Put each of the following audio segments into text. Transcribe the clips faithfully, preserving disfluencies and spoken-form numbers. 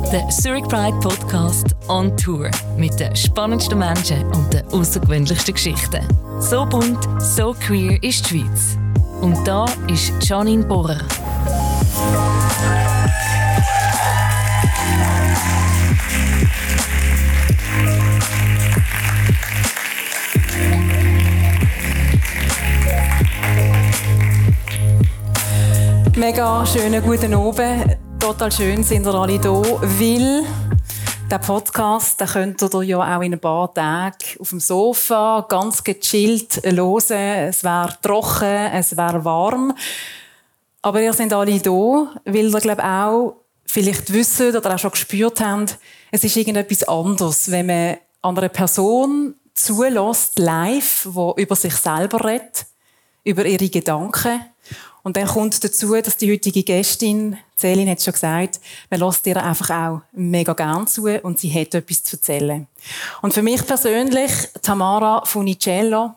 Der Zurich Pride Podcast on Tour mit den spannendsten Menschen und den außergewöhnlichsten Geschichten. So bunt, so queer ist die Schweiz. Und da ist Janine Bohrer. Mega schönen guten Abend. Total schön sind ihr alle da, weil den Podcast den könnt ihr ja auch in ein paar Tagen auf dem Sofa ganz gechillt hören. Es wäre trocken, es wäre warm. Aber ihr seid alle da, weil ihr glaube auch vielleicht wisst oder auch schon gespürt habt, es ist irgendetwas anderes, wenn man an einer Person zulässt, live, die über sich selber redet, über ihre Gedanken. Und dann kommt dazu, dass die heutige Gästin, Céline hat es schon gesagt, man lässt ihr einfach auch mega gern zu und sie hat etwas zu erzählen. Und für mich persönlich, Tamara Funicello,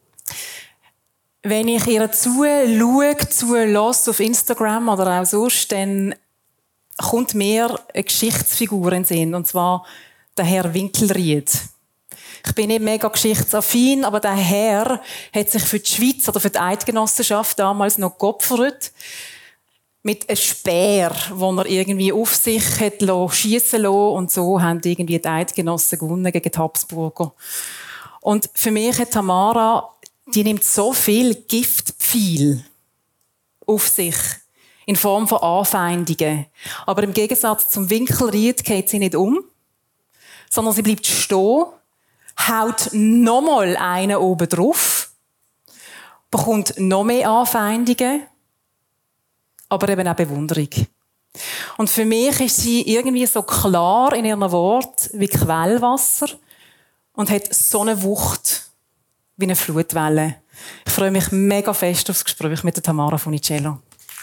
wenn ich ihr zuschaue, zulasse auf Instagram oder auch sonst, dann kommt mir eine Geschichtsfigur in den Sinn, und zwar der Herr Winkelried. Ich bin nicht mega geschichtsaffin, aber der Herr hat sich für die Schweiz oder für die Eidgenossenschaft damals noch geopfert. Mit einem Speer, den er irgendwie auf sich hat schiessen lassen. Und so haben irgendwie die Eidgenossen gewonnen gegen die Habsburger. Und für mich hat Tamara, die nimmt so viel Giftpfeil auf sich. In Form von Anfeindungen. Aber im Gegensatz zum Winkelried geht sie nicht um, sondern sie bleibt stehen, haut nochmal einen oben drauf, bekommt noch mehr Anfeindungen, aber eben auch Bewunderung. Und für mich ist sie irgendwie so klar in ihren Worten wie Quellwasser und hat so eine Wucht wie eine Flutwelle. Ich freue mich mega fest auf das Gespräch mit der Tamara Funicello.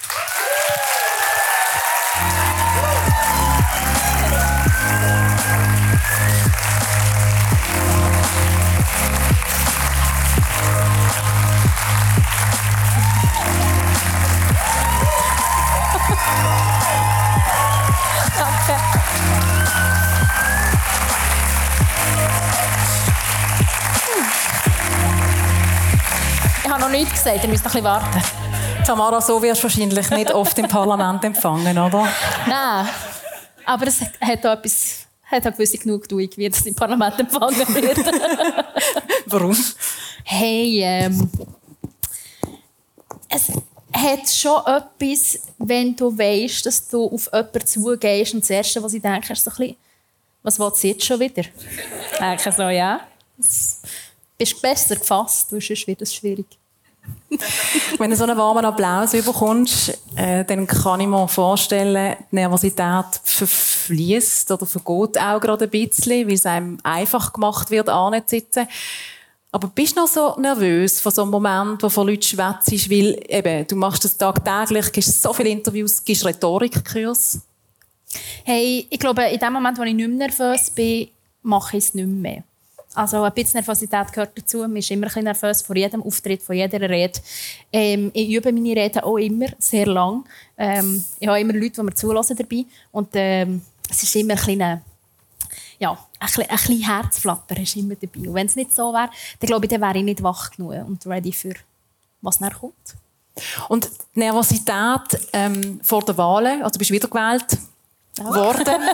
Ich habe noch nichts gesagt, ihr müsst noch ein bisschen warten. Tamara, so wirst du wahrscheinlich nicht oft im Parlament empfangen, oder? Nein, aber es hat auch etwas, hat auch gewisse Genugtuung, wie das im Parlament empfangen wird. Warum? Hey, ähm, es hat schon etwas, wenn du weißt, dass du auf jemanden zugehst und das Erste, was ich denke, ist so ein bisschen, was will sie jetzt schon wieder? Ich denke so, ja. Du bist besser gefasst, sonst wird es schwierig. Wenn du so einen warmen Applaus bekommst, äh, dann kann ich mir vorstellen, die Nervosität verfließt oder vergeht auch gerade ein bisschen, weil es einem einfach gemacht wird, anzusitzen. Aber bist du noch so nervös vor so einem Moment, wo vor Leuten schwätzt, weil eben, du machst das tagtäglich, gibst so viele Interviews, gibst Rhetorikkurs? Hey, ich glaube, in dem Moment, wo ich nicht mehr nervös bin, mache ich es nicht mehr. Also ein bisschen Nervosität gehört dazu. Man ist immer ein bisschen nervös vor jedem Auftritt, vor jeder Rede. Ähm, ich übe meine Reden auch immer sehr lang. Ähm, ich habe immer Leute, die mir zulassen dabei. Und ähm, es ist immer ein bisschen, ja, ein bisschen, ein bisschen Herzflatter ist immer dabei. Und wenn es nicht so wäre, dann glaube ich, dann wäre ich nicht wach genug und ready für was nachher kommt. Und die Nervosität ähm, vor den Wahlen, also du bist wiedergewählt oh. worden. Danke.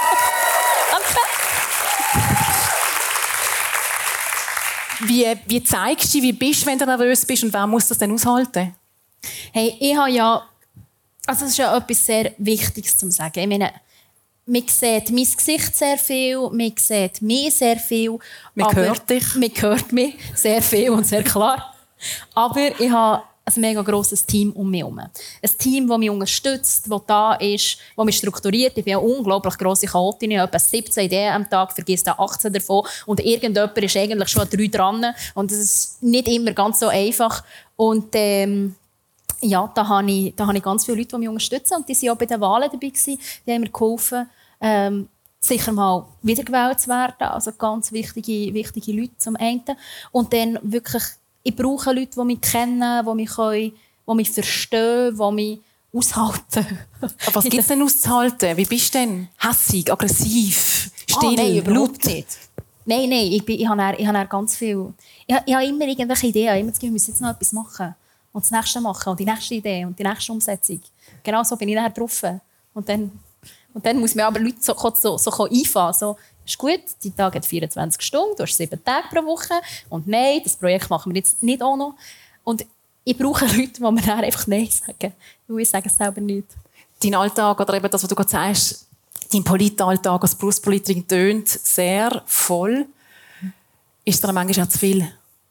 Wie, wie zeigst du, wie bist du, wenn du nervös bist und wer muss das denn aushalten? Hey, ich habe ja, also das ist ja etwas sehr Wichtiges zu sagen. Ich meine, man sieht mein Gesicht sehr viel, man sieht mich sehr viel. Man hört dich. Man hört mich sehr viel und sehr klar. Aber ich habe ein mega grosses Team um mich herum. Ein Team, das mich unterstützt, das da ist, das mich strukturiert. Ich bin eine unglaublich grosse Chaotin. Ich habe etwa siebzehn Ideen am Tag, vergisst achtzehn davon. Und irgendjemand ist eigentlich schon an drei dran. Und das ist nicht immer ganz so einfach. Und ähm, ja, da habe ich, da habe ich ganz viele Leute, die mich unterstützen. Und die waren auch bei den Wahlen dabei. Die haben mir geholfen, ähm, sicher mal wiedergewählt zu werden. Also ganz wichtige, wichtige Leute zum einen. Und dann wirklich, ich brauche Leute, die mich kennen, die mich, können, die mich verstehen, die mich aushalten. Aber was gibt es denn auszuhalten? Wie bist du denn? Hässig, aggressiv, still, oh, nein, laut? Nicht. Nein, nein, ich, bin, ich habe dann, ich habe dann ganz viel... Ich, ich habe immer irgendwelche Ideen, immer das Gefühl, wir müssen jetzt noch etwas machen. Und das nächste machen und die nächste Idee und die nächste Umsetzung. Genau so bin ich nachher drauf. Und dann, und dann muss man aber Leute so, so, so einfahren. So, ist gut, die Tag hat vierundzwanzig Stunden, du hast sieben Tage pro Woche. Und nein, das Projekt machen wir jetzt nicht auch noch. Und ich brauche Leute, die mir dann einfach Nein sagen. Weil ich sage es selber nicht. Dein Alltag, oder eben das, was du gerade sagst, dein Politalltag als Berufspolitikerin tönt sehr voll. Ist dir manchmal auch zu viel?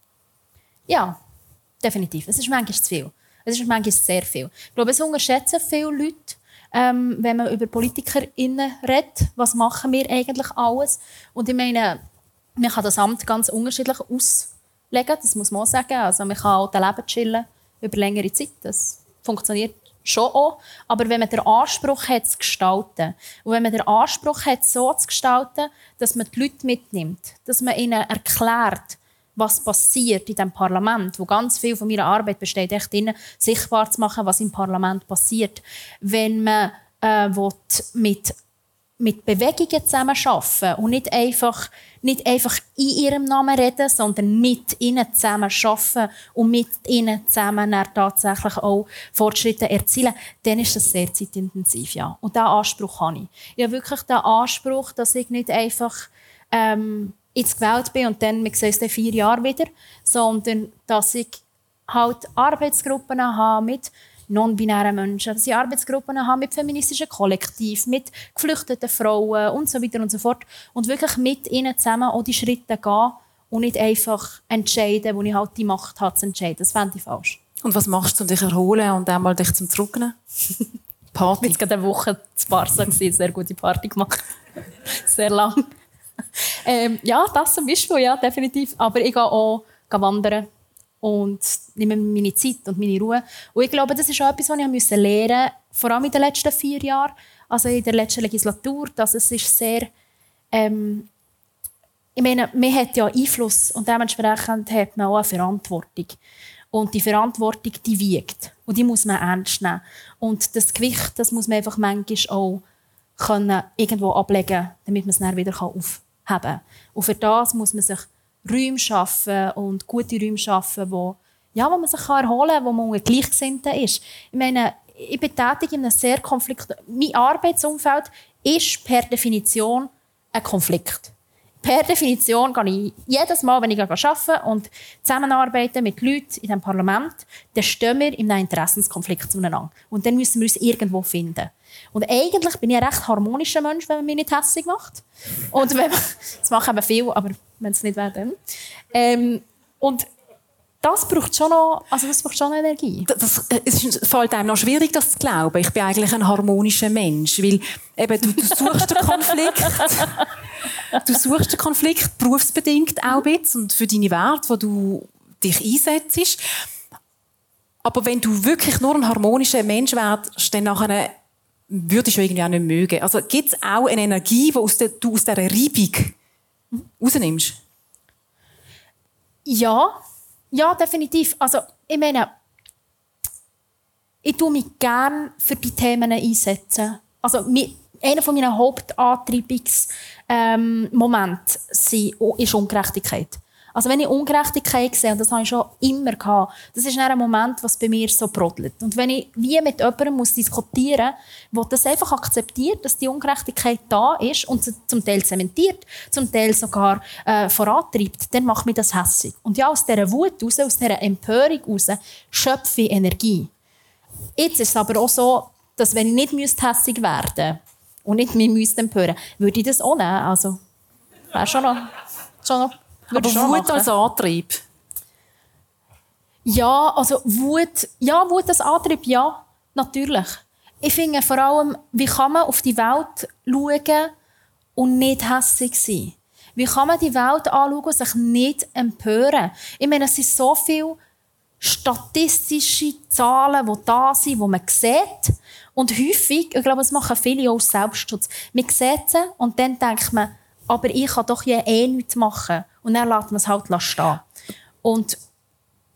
Ja, definitiv. Es ist manchmal zu viel. Es ist manchmal sehr viel. Ich glaube, es unterschätzen viele Leute, ähm, wenn man über PolitikerInnen redet. Was machen wir eigentlich alles? Und ich meine, man kann das Amt ganz unterschiedlich auslegen, das muss man auch sagen. Also man kann auch das Leben chillen über längere Zeit. Das funktioniert schon auch. Aber wenn man den Anspruch hat, zu gestalten, und wenn man den Anspruch hat, so zu gestalten, dass man die Leute mitnimmt, dass man ihnen erklärt, was passiert in diesem Parlament, wo ganz viel von meiner Arbeit besteht, echt darin, sichtbar zu machen, was im Parlament passiert. Wenn man äh, mit, mit Bewegungen zusammenarbeiten und nicht einfach, nicht einfach in ihrem Namen reden, sondern mit ihnen zusammenarbeiten und mit ihnen zusammen tatsächlich auch Fortschritte erzielen, dann ist das sehr zeitintensiv. Ja. Und diesen Anspruch habe ich. Ich habe wirklich den Anspruch, dass ich nicht einfach ähm, jetzt gewählt bin und dann, wir sehen es in vier Jahren wieder, sondern dass ich halt Arbeitsgruppen habe mit non-binären Menschen, dass ich Arbeitsgruppen habe mit feministischen Kollektiven, mit geflüchteten Frauen und so weiter und so fort und wirklich mit ihnen zusammen auch die Schritte gehen und nicht einfach entscheiden, wo ich halt die Macht habe zu entscheiden. Das fände ich falsch. Und was machst du, um dich zu erholen und einmal dich zum Zurücknehmen? Party? Ich war gerade eine Woche zu Barca, eine sehr gute Party gemacht. Sehr lang. Ähm, ja, das zum Beispiel, ja, definitiv. Aber ich gehe auch wandern und nehme meine Zeit und meine Ruhe. Und ich glaube, das ist auch etwas, was ich musste lernen, vor allem in den letzten vier Jahren, also in der letzten Legislatur, dass es ist sehr, ähm, ich meine, man hat ja Einfluss und dementsprechend hat man auch eine Verantwortung. Und die Verantwortung, die wiegt. Und die muss man ernst nehmen. Und das Gewicht, das muss man einfach manchmal auch können irgendwo ablegen, damit man es dann wieder aufheben kann. Und für das muss man sich Räume schaffen und gute Räume schaffen, wo, ja, wo man sich erholen kann, wo man unter Gleichgesinnten ist. Ich meine, ich bin tätig in einem sehr Konflikt. Mein Arbeitsumfeld ist per Definition ein Konflikt. Per Definition gehe ich jedes Mal, wenn ich arbeite und zusammenarbeite mit Leuten in diesem Parlament, dann stehen wir in einem Interessenskonflikt zueinander. Und dann müssen wir uns irgendwo finden. Und eigentlich bin ich ein recht harmonischer Mensch, wenn man mich nicht hässlich macht. Und wenn man, das machen eben viele, aber wenn es nicht wäre, dann. Ähm, und das braucht schon noch, also das braucht schon noch Energie. Das, es fällt einem noch schwierig, das zu glauben. Ich bin eigentlich ein harmonischer Mensch, weil eben, du, du suchst den Konflikt. Du suchst den Konflikt, berufsbedingt auch ein bisschen, und für deine Werte, wo du dich einsetzt. Aber wenn du wirklich nur ein harmonischer Mensch wärst, dann nachher würdest du irgendwie auch nicht mögen. Also gibt es auch eine Energie, die aus der, du aus dieser Reibung rausnimmst? Ja, ja, definitiv. Also, ich meine, ich tue mich gerne für die Themen einsetzen. Also, einer meiner Hauptantreibungsmomente ähm, ist Ungerechtigkeit. Also wenn ich Ungerechtigkeit sehe, und das habe ich schon immer gehabt, das ist ein Moment, was bei mir so brodelt. Und wenn ich wie mit jemandem muss diskutieren muss, der das einfach akzeptiert, dass die Ungerechtigkeit da ist und zum Teil zementiert, zum Teil sogar äh, vorantreibt, dann macht mich das hässig. Und ja, aus dieser Wut raus, aus dieser Empörung raus, schöpfe ich Energie. Jetzt ist es aber auch so, dass wenn ich nicht hässig werden müsste und nicht mich müsste empören, würde ich das auch nehmen. Also, wäre schon noch... Schon noch Aber Wut als Antrieb? Ja, also Wut, ja, Wut als Antrieb, ja, natürlich. Ich finde vor allem, wie kann man auf die Welt schauen und nicht hässig sein? Wie kann man die Welt anschauen und sich nicht empören? Ich meine, es sind so viele statistische Zahlen, die da sind, die man sieht. Und häufig, ich glaube, das machen viele auch aus Selbstschutz. Man sieht sie und dann denkt man, aber ich kann doch ja eh nichts machen. Und dann lässt man es halt stehen. Und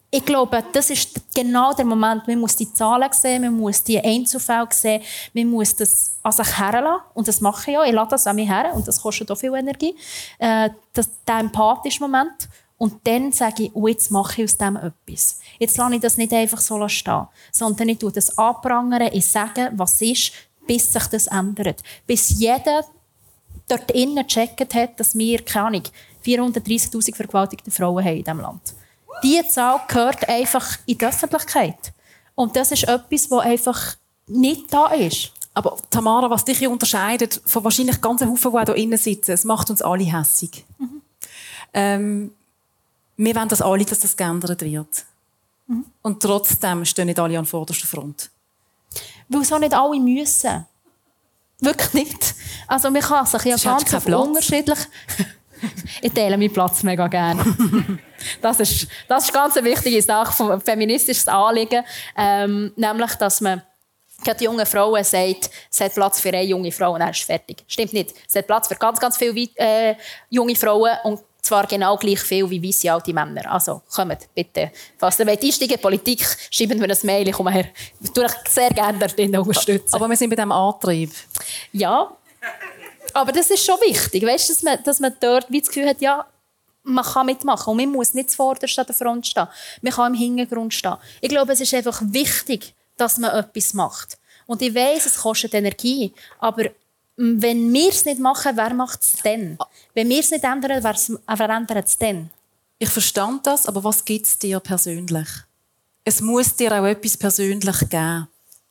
ich glaube, das ist genau der Moment, man muss die Zahlen sehen, man muss die Einzelfälle sehen, man muss das an sich herlassen. Und das mache ich ja. Ich lasse das an mich her und das kostet auch viel Energie. Äh, das, der empathische Moment. Und dann sage ich, oh, jetzt mache ich aus dem etwas. Jetzt lasse ich das nicht einfach so stehen, sondern ich tue das anprangern, ich sage, was ist, bis sich das ändert. Bis jeder dort innen gecheckt hat, dass wir, keine Ahnung, vierhundertdreissigtausend vergewaltigte Frauen haben in diesem Land. Diese Zahl gehört einfach in die Öffentlichkeit. Und das ist etwas, das einfach nicht da ist. Aber Tamara, was dich unterscheidet von wahrscheinlich ganz vielen Haufen, die hier innen sitzen, es macht uns alle hässig. Mhm. Ähm, wir wollen das alle, dass das geändert wird. Mhm. Und trotzdem stehen nicht alle an vorderster Front. Weil es auch nicht alle müssen. Wirklich nicht. Also man kann sich ja ganz unterschiedlich... Ich teile meinen Platz mega gerne. Das ist, das ist ganz eine wichtige Sache, von feministisches Anliegen. Ähm, nämlich, dass man gerade junge Frauen sagt, es hat Platz für eine junge Frau und dann ist es fertig. Stimmt nicht. Es hat Platz für ganz, ganz viele äh, junge Frauen und zwar genau gleich viel wie weisse alte Männer. Also kommt bitte. Falls ihr einsteigen in Politik, schreibt mir ein Mail, ich komme her. Ich tue euch sehr gerne darin unterstützen. Aber wir sind bei diesem Antrieb. Ja. Aber das ist schon wichtig, weißt, dass, man, dass man dort wie das Gefühl hat, ja, man kann mitmachen und man muss nicht zuvorderst an der Front stehen. Man kann im Hintergrund stehen. Ich glaube, es ist einfach wichtig, dass man etwas macht. Und ich weiss, es kostet Energie, aber wenn wir es nicht machen, wer macht es dann? Wenn wir es nicht ändern, wer ändert es dann? Ich verstand das, aber was gibt es dir persönlich? Es muss dir auch etwas persönlich geben.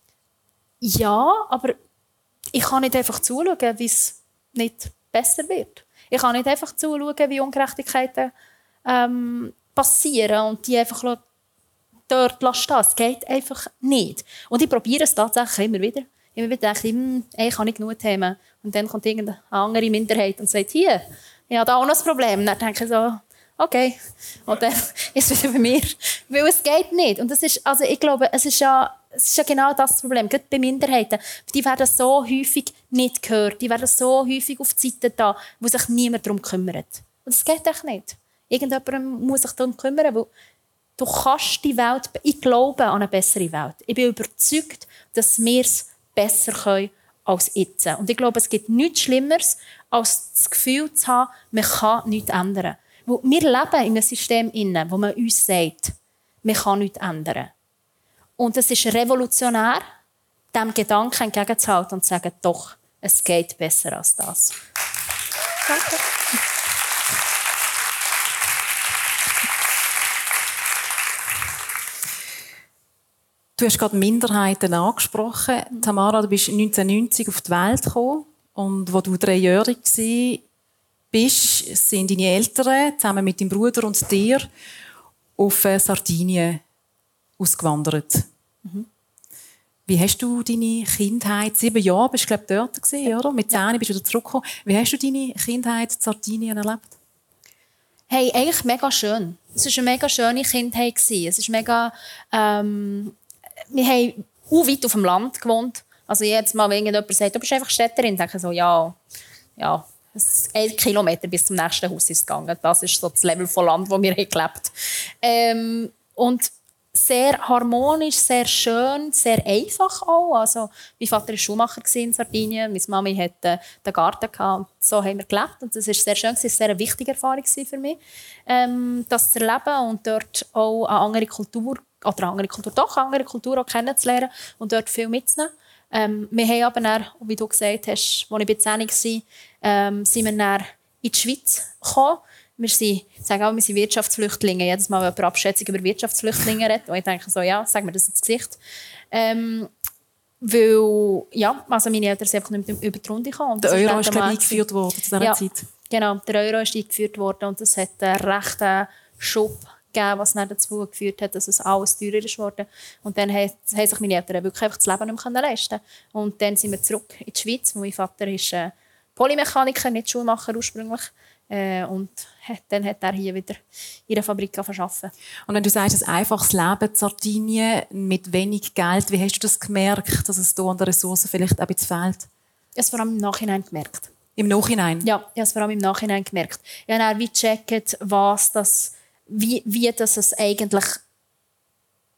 Ja, aber ich kann nicht einfach zuschauen, wie es nicht besser wird. Ich kann nicht einfach zuschauen, wie Ungerechtigkeiten ähm, passieren und die einfach dort lassen. Es geht einfach nicht. Und ich probiere es tatsächlich immer wieder. Immer wieder denke ich, hm, ey, ich habe nicht genug Themen. Und dann kommt irgendeine andere Minderheit und sagt, hier, ich habe da auch noch ein Problem. Und dann denke ich so, okay. Und dann ist es wieder bei mir. Weil es geht nicht. Und das ist, also ich glaube, es ist ja, es ist ja genau das Problem. Gerade bei Minderheiten. Die werden so häufig nicht gehört. Die werden so häufig auf die Seite da, wo sich niemand darum kümmert. Und das geht echt nicht. Irgendjemand muss sich darum kümmern, weil du kannst die Welt, ich glaube an eine bessere Welt. Ich bin überzeugt, dass wir es besser können als jetzt. Und ich glaube, es gibt nichts Schlimmeres, als das Gefühl zu haben, man kann nichts ändern. Weil wir leben in einem System, wo man uns sagt, man kann nichts ändern. Und es ist revolutionär, diesem Gedanken entgegenzuhalten und zu sagen, doch, es geht besser als das. Danke. Du hast gerade Minderheiten angesprochen. Mhm. Tamara, du bist neunzehnhundertneunzig auf die Welt gekommen. Und als du dreijährig warst, sind deine Eltern zusammen mit deinem Bruder und dir auf Sardinien ausgewandert. Mhm. Wie hast du deine Kindheit, sieben Jahre bist du glaube ich, dort gewesen, oder? Mit zehn bist du wieder zurückgekommen. Wie hast du deine Kindheit in Sardinien erlebt? Hey, eigentlich mega schön. Es war eine mega schöne Kindheit. Es ist mega... Ähm, wir haben auch weit auf dem Land gewohnt. Also jedes Mal, wenn jemand sagt, du bist einfach Städterin, denke ich so, ja, ja, ein Kilometer bis zum nächsten Haus ist es gegangen. Das ist so das Level von Land, wo wir gelebt haben. Ähm, und sehr harmonisch, sehr schön, sehr einfach auch. Also, mein Vater war Schuhmacher in Sardinien, meine Mami hatte den Garten gehabt, und so haben wir gelebt. Und das war sehr schön, das war eine sehr wichtige Erfahrung für mich, ähm, das zu erleben und dort auch eine andere Kultur, oder eine andere Kultur, doch eine andere Kultur auch kennenzulernen und dort viel mitzunehmen. Ähm, wir haben aber dann, wie du gesagt hast, als ich bei zehn war, ähm, sind wir dann in die Schweiz gekommen. Wir sind, sagen auch, wir sind Wirtschaftsflüchtlinge. Jedes Mal, wenn jemand Abschätzung über Wirtschaftsflüchtlinge redet, und ich denke so, ja, sag mir das ins Gesicht. Ähm, weil, ja, also meine Eltern sind einfach nicht mehr über die Runde gekommen. Der Euro ist, glaube ich, eingeführt worden zu dieser ja, Zeit. Genau, der Euro ist eingeführt worden und das hat einen rechten Schub gegeben, was dann dazu geführt hat, dass es alles teurer ist worden. Und dann haben sich meine Eltern wirklich einfach das Leben nicht mehr leisten können. Und dann sind wir zurück in die Schweiz, wo mein Vater ist äh, Polymechaniker, nicht Schulmacher ursprünglich. Äh, und dann hat er hier wieder in der Fabrik arbeiten. Und wenn du sagst, ein einfaches Leben in Sardinien mit wenig Geld, wie hast du das gemerkt, dass es hier an den Ressourcen vielleicht ein bisschen fehlt? Ich habe es vor allem im Nachhinein gemerkt. Im Nachhinein? Ja, ich habe es vor allem im Nachhinein gemerkt. Ich habe dann wie gecheckt, was das, wie, wie das es eigentlich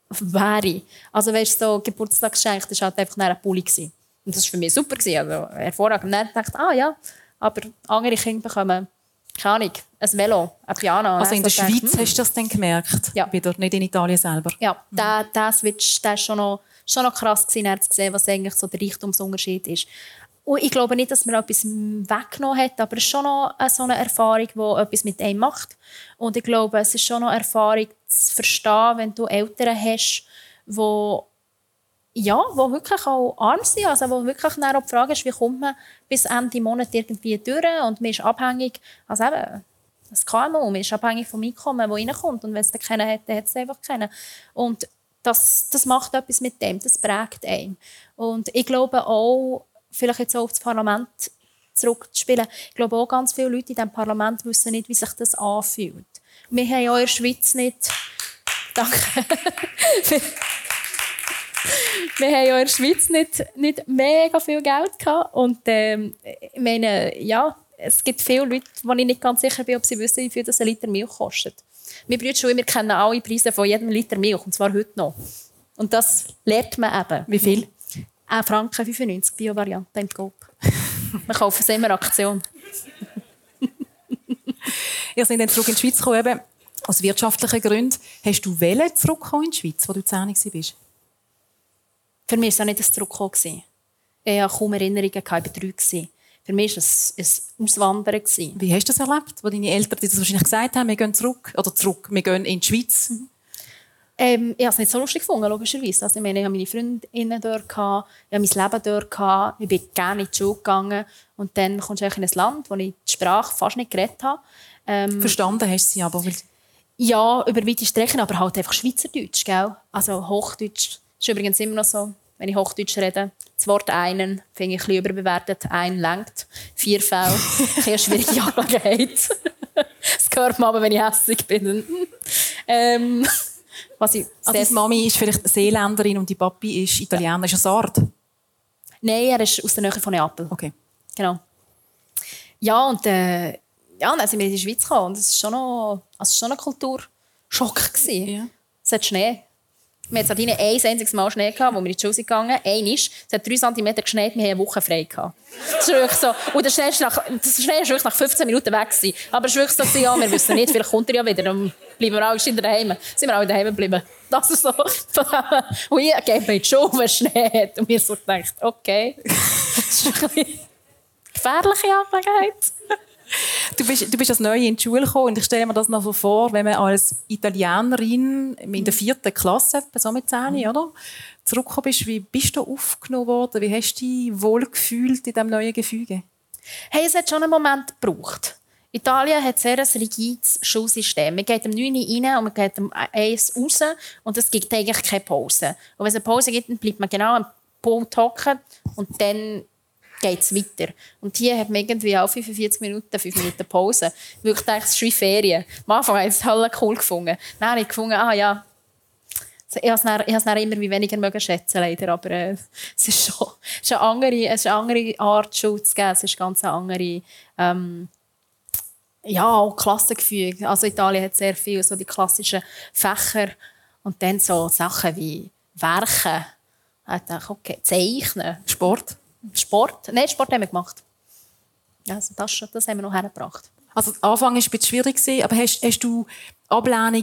wäre. Also weißt du, so Geburtstagsgeschenk, das war halt einfach ein Pulli. Und das war für mich super, also hervorragend. Und dann dachte ich, ah ja, aber andere Kinder bekommen, keine Ahnung, ein Velo, ein Piano. Also in der so Schweiz denke, hast du das dann gemerkt? Ja. Wieder, nicht in Italien selber? Ja, mhm. der, der Switch, der war schon noch, schon noch krass gewesen, zu sehen, was eigentlich so der Reichtumsunterschied ist. Und ich glaube nicht, dass man etwas weggenommen hat, aber es ist schon noch so eine Erfahrung, die etwas mit einem macht. Und ich glaube, es ist schon noch eine Erfahrung zu verstehen, wenn du Eltern hast, die, ja, die wirklich auch arm sind. Also wo wirklich auch die Frage ist, wie kommt man bis Ende Monat irgendwie durch und man ist abhängig, also eben, das K M U, man ist abhängig vom Einkommen, das reinkommt. Und wenn es keinen hat, dann hat es einfach keinen. Und das, das macht etwas mit dem, das prägt einen. Und ich glaube auch, vielleicht jetzt auch auf das Parlament zurückzuspielen. Ich glaube auch, ganz viele Leute in diesem Parlament wissen nicht, wie sich das anfühlt. Wir haben ja in der Schweiz nicht... Danke. Wir haben ja in der Schweiz nicht, nicht mega viel Geld gehabt. Und ähm, ich meine, ja, es gibt viele Leute, wo ich nicht ganz sicher bin, ob sie wissen, wie viel das ein Liter Milch kostet. Wir Brüder schon immer kennen alle Preise von jedem Liter Milch, und zwar heute noch. Und das lernt man eben. Wie viel? ein Franken fünfundneunzig Bio-Variante im Coop. Wir kaufen es immer Aktion. Ihr seid dann zurück in die Schweiz gekommen, eben aus wirtschaftlichen Gründen. Hast du wollen zurückkommen in die Schweiz, wo du zehn warst? Für mich war es auch nicht ein Zurückkommen. Ich hatte kaum Erinnerungen, ich war drei. Für mich war es ein Auswandern. Wie hast du das erlebt, wo deine Eltern dir das wahrscheinlich gesagt haben, wir gehen zurück, oder zurück, wir gehen in die Schweiz? Mhm. Ähm, ich habe es nicht so lustig gefunden, logischerweise. Also, ich meine, ich hatte meine Freundinnen dort, ich hatte mein Leben dort, ich bin gerne in die Schule gegangen. Und dann kommst du in ein Land, wo ich die Sprache fast nicht geredet habe. Ähm, Verstanden hast du sie aber? Ja, über weite Strecken, aber halt einfach Schweizerdeutsch, gell? Also Hochdeutsch ist übrigens immer noch so, wenn ich Hochdeutsch rede. Das Wort «einen» finde ich ein bisschen überbewertet. «Ein» lenkt. «Vier» Fälle. Eine schwierige Angelegenheit. Das hört man aber, wenn ich hässlich bin. ähm, was ich also die Mami ist vielleicht Seeländerin und die Papi ist Italiener. Ist er Sard? Nein, er ist aus der Nähe von Neapel. Okay. Genau. Ja, und äh, ja, dann sind wir in die Schweiz gekommen. Und es war schon, noch, also schon ein Kulturschock. Ja. Es hat Schnee. Wir hatten Sardinien ein einziges Mal Schnee, gehabt, wo wir in die Schule sind gegangen. Einmal. Es hat drei Zentimeter geschneit, wir hatten eine Woche frei. Gehabt. Das ist wirklich so. Und der Schnee ist nach, der Schnee ist wirklich nach fünfzehn Minuten weg gewesen. Aber es ist wirklich so, ja, wir wissen nicht, vielleicht kommt er ja wieder. Dann bleiben wir alle wieder daheim. Sind wir alle daheim geblieben. Das ist so. Und ich gehe in die Schule, wenn es Schnee hat. Und mir so gedacht, okay. Das ist ein bisschen gefährliche Angelegenheit. Du bist, du bist als Neue in die Schule gekommen und ich stelle mir das noch so vor, wenn man als Italienerin in der vierten Klasse, so mit zehn, mhm. oder? Zurückgekommen bist, wie bist du aufgenommen worden? Wie hast du dich wohl gefühlt in diesem neuen Gefüge? Hey, es hat schon einen Moment gebraucht. Italien hat sehr ein rigides Schulsystem. Man geht um neun Uhr rein und man geht um eins raus und es gibt eigentlich keine Pause. Und wenn es eine Pause gibt, dann bleibt man genau am Pult hocken und dann geht es weiter. Und hier hat man irgendwie auch fünfundvierzig Minuten, fünf Minuten Pause. Weil ich dachte, es ist wie Ferien. Am Anfang habe ich es total cool gefunden. Dann habe ich gefunden, ah ja, ich habe es dann, ich habe es dann immer wie weniger mögen schätzen, leider. Aber äh, es ist schon es ist eine, andere, es ist eine andere Art, Schule zu geben. Es ist ganz eine andere, ähm, ja, auch Klassengefüge. Also Italien hat sehr viel so die klassischen Fächer und dann so Sachen wie Werken. Ich dachte, okay, Zeichnen. Sport? Sport? Nein, Sport haben wir gemacht. Also das, das haben wir noch hergebracht. Also der Anfang war ein bisschen schwierig, aber hast, hast du Ablehnung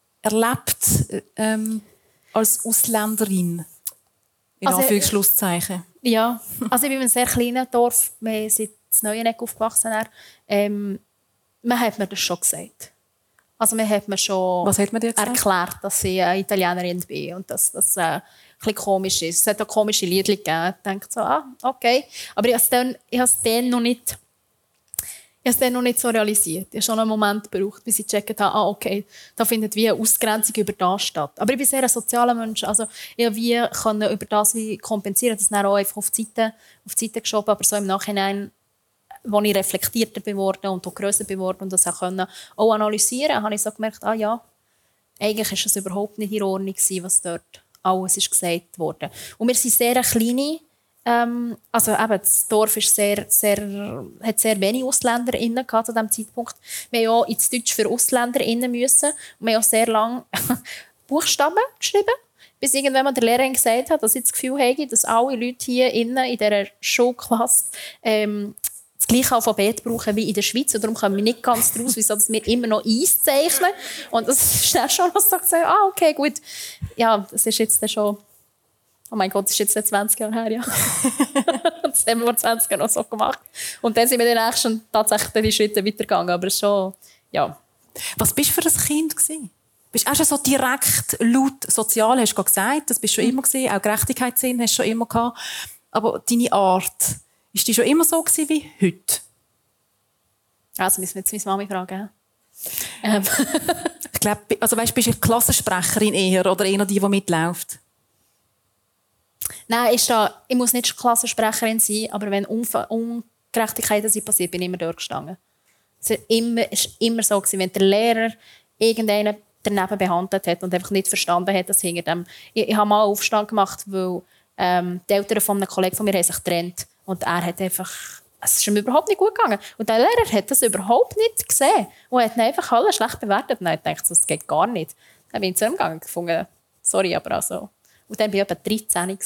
erlebt ähm, als Ausländerin? In also, Anführungsschlusszeichen. Ja, also ich bin in einem sehr kleinen Dorf. Wir sind in Neueneck aufgewachsen. Ähm, man hat mir das schon gesagt. Also man hat mir schon Was hat man dir gesagt? erklärt, dass ich eine Italienerin bin und dass das äh, ein bisschen komisch ist. Es hat auch komische Lieder gegeben. Ich dachte so, ah, okay. Aber ich habe es dann, ich habe es dann noch nicht, ich habe es dann noch nicht so realisiert. Ich habe schon einen Moment gebraucht, bis ich gecheckt habe, ah, okay, da findet wie eine Ausgrenzung über das statt. Aber ich bin sehr ein sozialer Mensch. Also ich habe wie können über das wie kompensieren, das dann auch einfach auf die Seite, auf die Seite geschoben, aber so im Nachhinein, als ich reflektierter geworden und auch grösser geworden und das auch, können, auch analysieren konnte, habe ich so gemerkt, ah ja, eigentlich war es überhaupt nicht in Ordnung, was dort alles ist gesagt wurde. Und wir sind sehr kleine, ähm, also eben, das Dorf ist sehr, sehr, hat sehr wenig AusländerInnen gehabt zu diesem Zeitpunkt. Wir mussten auch ins Deutsch für AusländerInnen müssen. Und wir haben auch sehr lange Buchstaben geschrieben. bis irgendwann mal der Lehrerin gesagt hat, dass ich das Gefühl habe, dass alle Leute hier innen in dieser Schulklasse ähm, das gleiche Alphabet brauchen wie in der Schweiz. Und darum kommen wir nicht ganz daraus, wieso wir immer noch Eis zeichnen. Und das ist dann schon was so gesagt, ah, okay, gut. Ja, das ist jetzt dann schon, oh mein Gott, das ist jetzt nicht zwanzig Jahre her, ja. Das haben wir vor zwanzig Jahren noch so gemacht. Und dann sind wir dann eigentlich schon tatsächlich die Schritte weitergegangen. Aber schon, ja. Was bist du für ein Kind gewesen? Bist du auch schon so direkt laut sozial, hast du gesagt, das bist du schon immer gewesen, auch Gerechtigkeitssinn hast du schon immer gehabt. Aber deine Art, ist die schon immer so gewesen wie heute? Also müssen wir jetzt meine Mami fragen. Ähm. Ich glaube, also weißt, bist du eine Klassensprecherin eher oder eher die, die mitläuft? Nein, ist da, ich muss nicht Klassensprecherin sein, aber wenn Unf- Ungerechtigkeiten sind passiert, bin ich immer dort gestanden. Es war immer, ist immer so gewesen, wenn der Lehrer irgendeinen daneben behandelt hat und einfach nicht verstanden hat, dass hinter dem... Ich, ich habe mal einen Aufstand gemacht, weil ähm, die Eltern von einem Kollegen von mir haben sich getrennt und er hat einfach... Es ist ihm überhaupt nicht gut gegangen. Und der Lehrer hat das überhaupt nicht gesehen und hat ihn einfach alle schlecht bewertet. Und dann dachte ich, das geht gar nicht. Dann bin ich zu ihm gegangen und gefunden, sorry, aber also... Und dann war ich etwa dreizehn.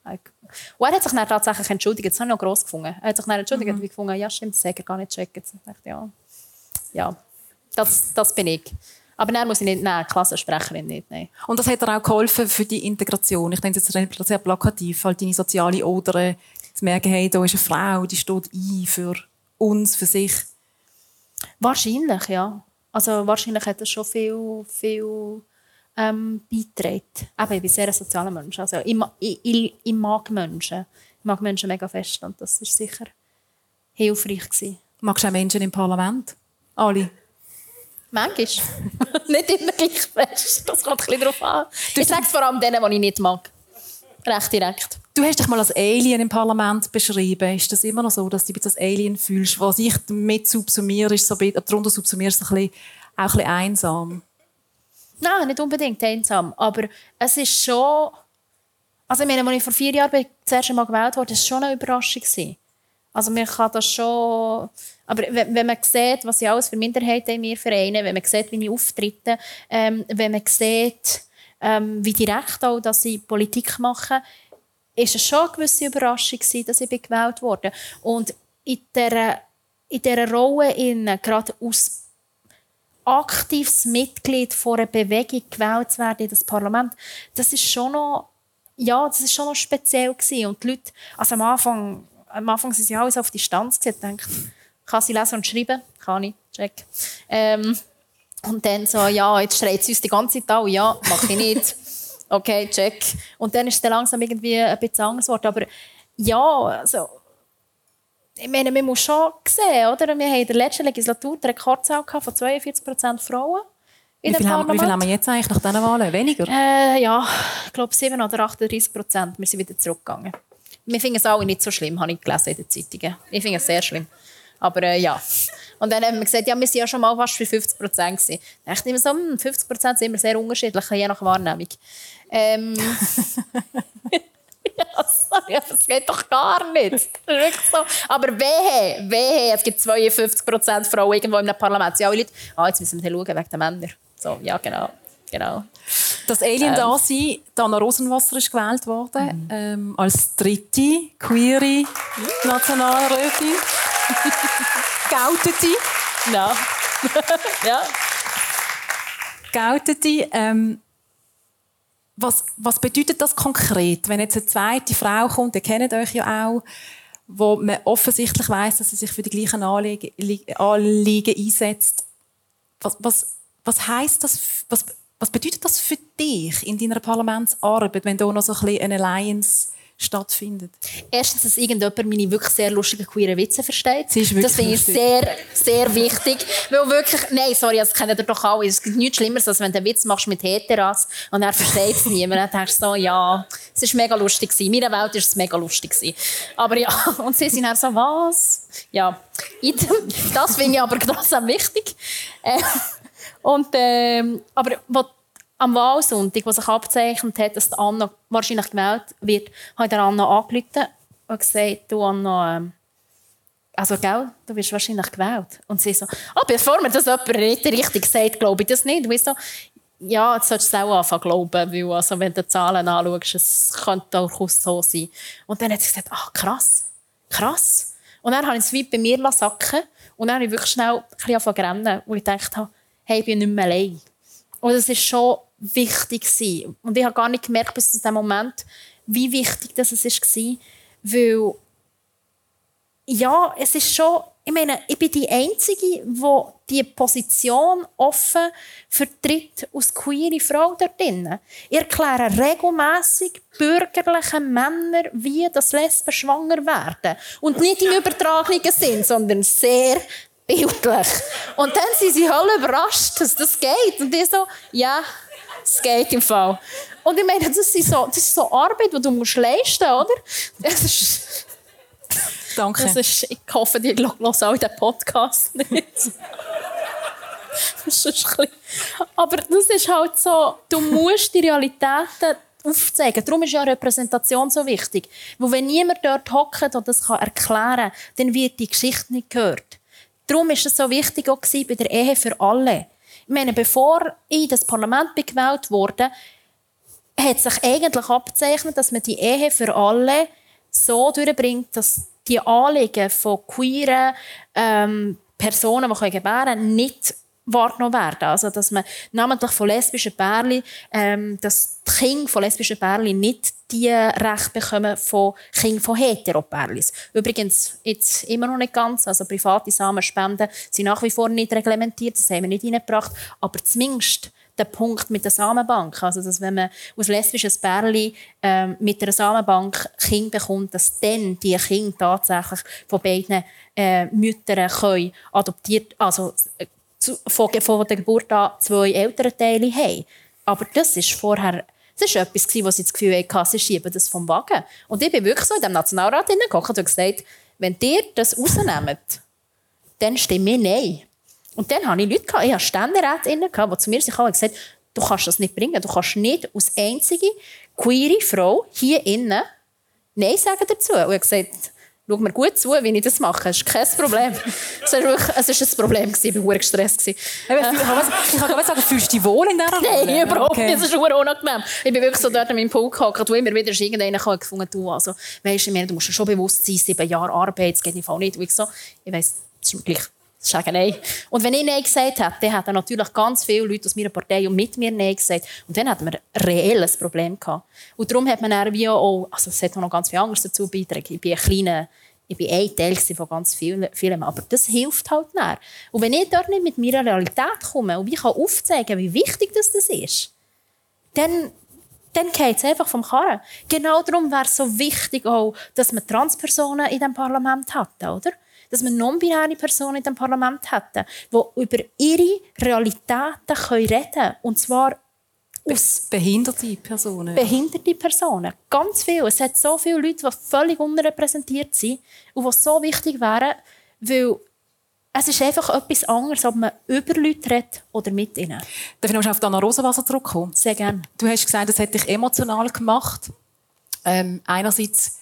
Und er hat sich dann tatsächlich entschuldigt. Das habe ich noch gross gefunden. Er hat sich dann entschuldigt und mhm. gefunden, ja stimmt, das hätte er gar nicht checken. Ich dachte, ja, ja das, das bin ich. Aber dann muss ich nicht, nein, Klassensprecherin nicht, nein. Und das hat dir auch geholfen für die Integration? Ich denke, das ist sehr plakativ, halt deine soziale Oder zu merken, hey, da ist eine Frau, die steht ein für uns, für sich. Wahrscheinlich, ja. Also wahrscheinlich hat das schon viel, viel ähm, beigetragen. Aber ich bin sehr ein sozialer Mensch. Also ich, ich, ich, ich mag Menschen. Ich mag Menschen mega fest und das war sicher hilfreich gewesen. Magst du auch Menschen im Parlament? Alle? Manchmal. Nicht immer gleich fest. Das kommt ein bisschen darauf an. Ich sage es vor allem denen, die ich nicht mag. Recht direkt. Du hast dich mal als Alien im Parlament beschrieben. Ist das immer noch so, dass du dich als Alien fühlst? Was ich damit subsumiere, ist so, darunter subsumierst du ein bisschen, auch ein bisschen einsam? Nein, nicht unbedingt einsam. Aber es ist schon... Also, ich meine, als ich vor vier Jahren das erste Mal gewählt wurde, war es schon eine Überraschung. Also man kann das schon... Aber wenn man sieht, was ich alles für Minderheiten in mir vereine, wenn man sieht, wie ich auftrete, ähm, wenn man sieht, ähm, wie direkt auch, dass ich Politik mache, ist es schon eine gewisse Überraschung gewesen, dass ich gewählt wurde. Und in dieser, in dieser Rolle, in, gerade als aktives Mitglied von einer Bewegung gewählt zu werden in das Parlament, das ist schon noch, ja, das ist schon noch speziell gewesen. Und die Leute, also am Anfang... Am Anfang sind sie alle so auf Distanz gesetzt. Ich dachte, kann sie lesen und schreiben? Kann ich, check. Ähm, und dann so, ja, jetzt schreit sie uns die ganze Zeit an. Ja, mache ich nicht. Okay, check. Und dann ist es dann langsam irgendwie ein bisschen anders geworden. Aber ja, also, ich meine, man muss schon sehen, oder? Wir haben in der letzten Legislatur die Rekordzahl von zweiundvierzig Prozent Frauen. Wie viel, haben, wie viel haben wir jetzt eigentlich nach diesen Wahlen? Weniger? Äh, ja, ich glaube sieben oder achtunddreißig Prozent. Wir sind wieder zurückgegangen. Wir finden es alle nicht so schlimm, habe ich gelesen in den Zeitungen. Ich finde es sehr schlimm. Aber äh, ja. Und dann haben wir gesagt, ja, wir waren ja schon mal fast für fünfzig Prozent. Dann dachte ich mir so, fünfzig Prozent sind immer sehr unterschiedlich, je nach Wahrnehmung. Ähm, ja, sorry, das geht doch gar nicht. Das ist wirklich so. Aber wehe, wehe, es gibt zweiundfünfzig Prozent Frauen irgendwo im Parlament. Ja, Leute, ah, jetzt müssen wir schauen wegen der Männer. So, ja, genau. Genau. Das Alien ähm. da sein, Dana Rosenwasser ist gewählt worden, mhm. ähm, als dritte queere Nationalrätin. Gautete. Ja. Ja. Gautete. Ähm, was, was bedeutet das konkret, wenn jetzt eine zweite Frau kommt, ihr kennt euch ja auch, wo man offensichtlich weiss, dass sie sich für die gleichen Anliegen, Anliegen einsetzt. Was, was, was heisst das? Was, Was bedeutet das für dich in deiner Parlamentsarbeit, wenn da noch so ein bisschen eine Alliance stattfindet? Erstens, dass irgendjemand meine wirklich sehr lustigen queeren Witze versteht. Das finde ich sehr, sehr wichtig. Weil wirklich, nein, sorry, das kennt ihr doch alle. Es gibt nichts Schlimmeres, als wenn du einen Witz machst mit Heteras und er versteht es niemand. Dann denkst du so, ja, es war mega lustig. In meiner Welt war es mega lustig. Aber ja, und sie sind dann so, was? Ja, das finde ich aber trotzdem wichtig. Und, ähm, aber wo, am Wahlsonntag, wo sich abgezeichnet hat, dass Anna wahrscheinlich gewählt wird, habe ich der Anna angerufen und gesagt, du Anna, ähm, also gell, du wirst wahrscheinlich gewählt. Und sie so, ah, bevor mir das jemand nicht richtig sagt, glaube ich das nicht. Und ich so, ja, jetzt solltest du es auch anfangen glauben, weil also, wenn du die Zahlen anschaust, es könnte durchaus so sein. Und dann hat sie gesagt, ach krass, krass. Und dann habe ich es wie bei mir sacken und dann habe ich wirklich schnell ein bisschen angefangen zu rennen, wo ich dachte, hey, ich bin nicht mehr allein. Und das war schon wichtig. Und ich habe gar nicht gemerkt bis zu dem Moment, wie wichtig das war, weil ja, es ist schon, ich meine, ich bin die Einzige, die diese Position offen vertritt als queere Frau dort drin. Ich erkläre regelmässig bürgerlichen Männern, wie das Lesben schwanger werden. Und nicht im übertragenen Sinn, sondern sehr bildlich. Und dann sind sie alle überrascht, dass das geht. Und ich so, ja, es geht im Fall. Und ich meine, das ist so, das ist so Arbeit, die du musst leisten musst, oder? Das ist... Danke. Das ist, ich hoffe, die hören auch den Podcast nicht. Das ist ein bisschen, aber das ist halt so, du musst die Realitäten aufzeigen. Darum ist ja Repräsentation so wichtig. Weil wenn niemand dort hockt und das erklären kann, dann wird die Geschichte nicht gehört. Darum war es so wichtig auch bei der Ehe für alle. Ich meine, bevor ich in das Parlament gewählt wurde, hat sich eigentlich abgezeichnet, dass man die Ehe für alle so durchbringt, dass die Anliegen von queeren ähm, Personen, die gebären können, nicht wahrgenommen werden. Also, dass man namentlich von lesbischen Pärchen, ähm, dass die Kinder von lesbischen Pärchen nicht die Rechte bekommen von Kindern von Heteropärchen. Übrigens, jetzt immer noch nicht ganz. Also, private Samenspenden sind nach wie vor nicht reglementiert. Das haben wir nicht reingebracht. Aber zumindest der Punkt mit der Samenbank, also dass wenn man aus lesbisches Pärchen ähm, mit einer Samenbank Kind bekommt, dass dann die Kinder tatsächlich von beiden äh, Müttern können adoptiert, also äh, zu, von, von der Geburt an zwei Elternteile haben. Aber das ist vorher, das ist etwas, wo sie das Gefühl hatten, sie schieben das vom Wagen. Und ich bin wirklich so in dem Nationalrat hineingekommen und gesagt, wenn ihr das rausnehmt, dann stimme ich nein. Und dann hatte ich Leute, ich hatte Ständerätinnen, die zu mir gesagt haben, du kannst das nicht bringen. Du kannst nicht als einzige queere Frau hier innen Nein sagen dazu. Und ich habe gesagt, schau mir gut zu, wie ich das mache. Das ist kein Problem. Es war wirklich, es war ein Problem, ich war gestresst. Ich kann gerade sagen, fühlst du dich wohl in dieser Rolle? Nein, überhaupt nicht. Es ist sehr unangenehm. Ich bin wirklich so dort an meinem Pult gehockt, wo immer wieder irgendeiner gefunden hat, du, also, weißt du, du musst dir schon bewusst sein, sieben Jahre Arbeit, das geht im Fall nicht. Und ich so, ich weiss, das ist mir gleich. Sagen Nein. Und wenn ich Nein gesagt hätte, dann hätten natürlich ganz viele Leute aus meiner Partei und mit mir Nein gesagt. Und dann hätten wir ein reelles Problem gehabt. Und darum hat man dann wie auch, also es hat noch ganz viel anderes dazu beigetragen. Ich bin ein kleiner, ich bin ein Teil von ganz vielen, vielen, aber das hilft halt nicht. Und wenn ich dort nicht mit meiner Realität komme und ich kann aufzeigen, wie wichtig das, das ist, dann dann geht es einfach vom Karren. Genau darum wäre es so wichtig auch, dass man Transpersonen in diesem Parlament hatten, oder? Dass wir non-binäre Personen in dem Parlament hätten, die über ihre Realitäten reden können. Und zwar aus behinderte Personen. Behinderte Personen. Ganz viel. Es hat so viele Leute, die völlig unterrepräsentiert sind und die so wichtig wären, weil es ist einfach etwas anderes, ob man über Leute redet oder mit ihnen. Darf ich noch auf Anna Rosenwasser zurückkommen? Sehr gerne. Du hast gesagt, das hat dich emotional gemacht. Ähm, einerseits,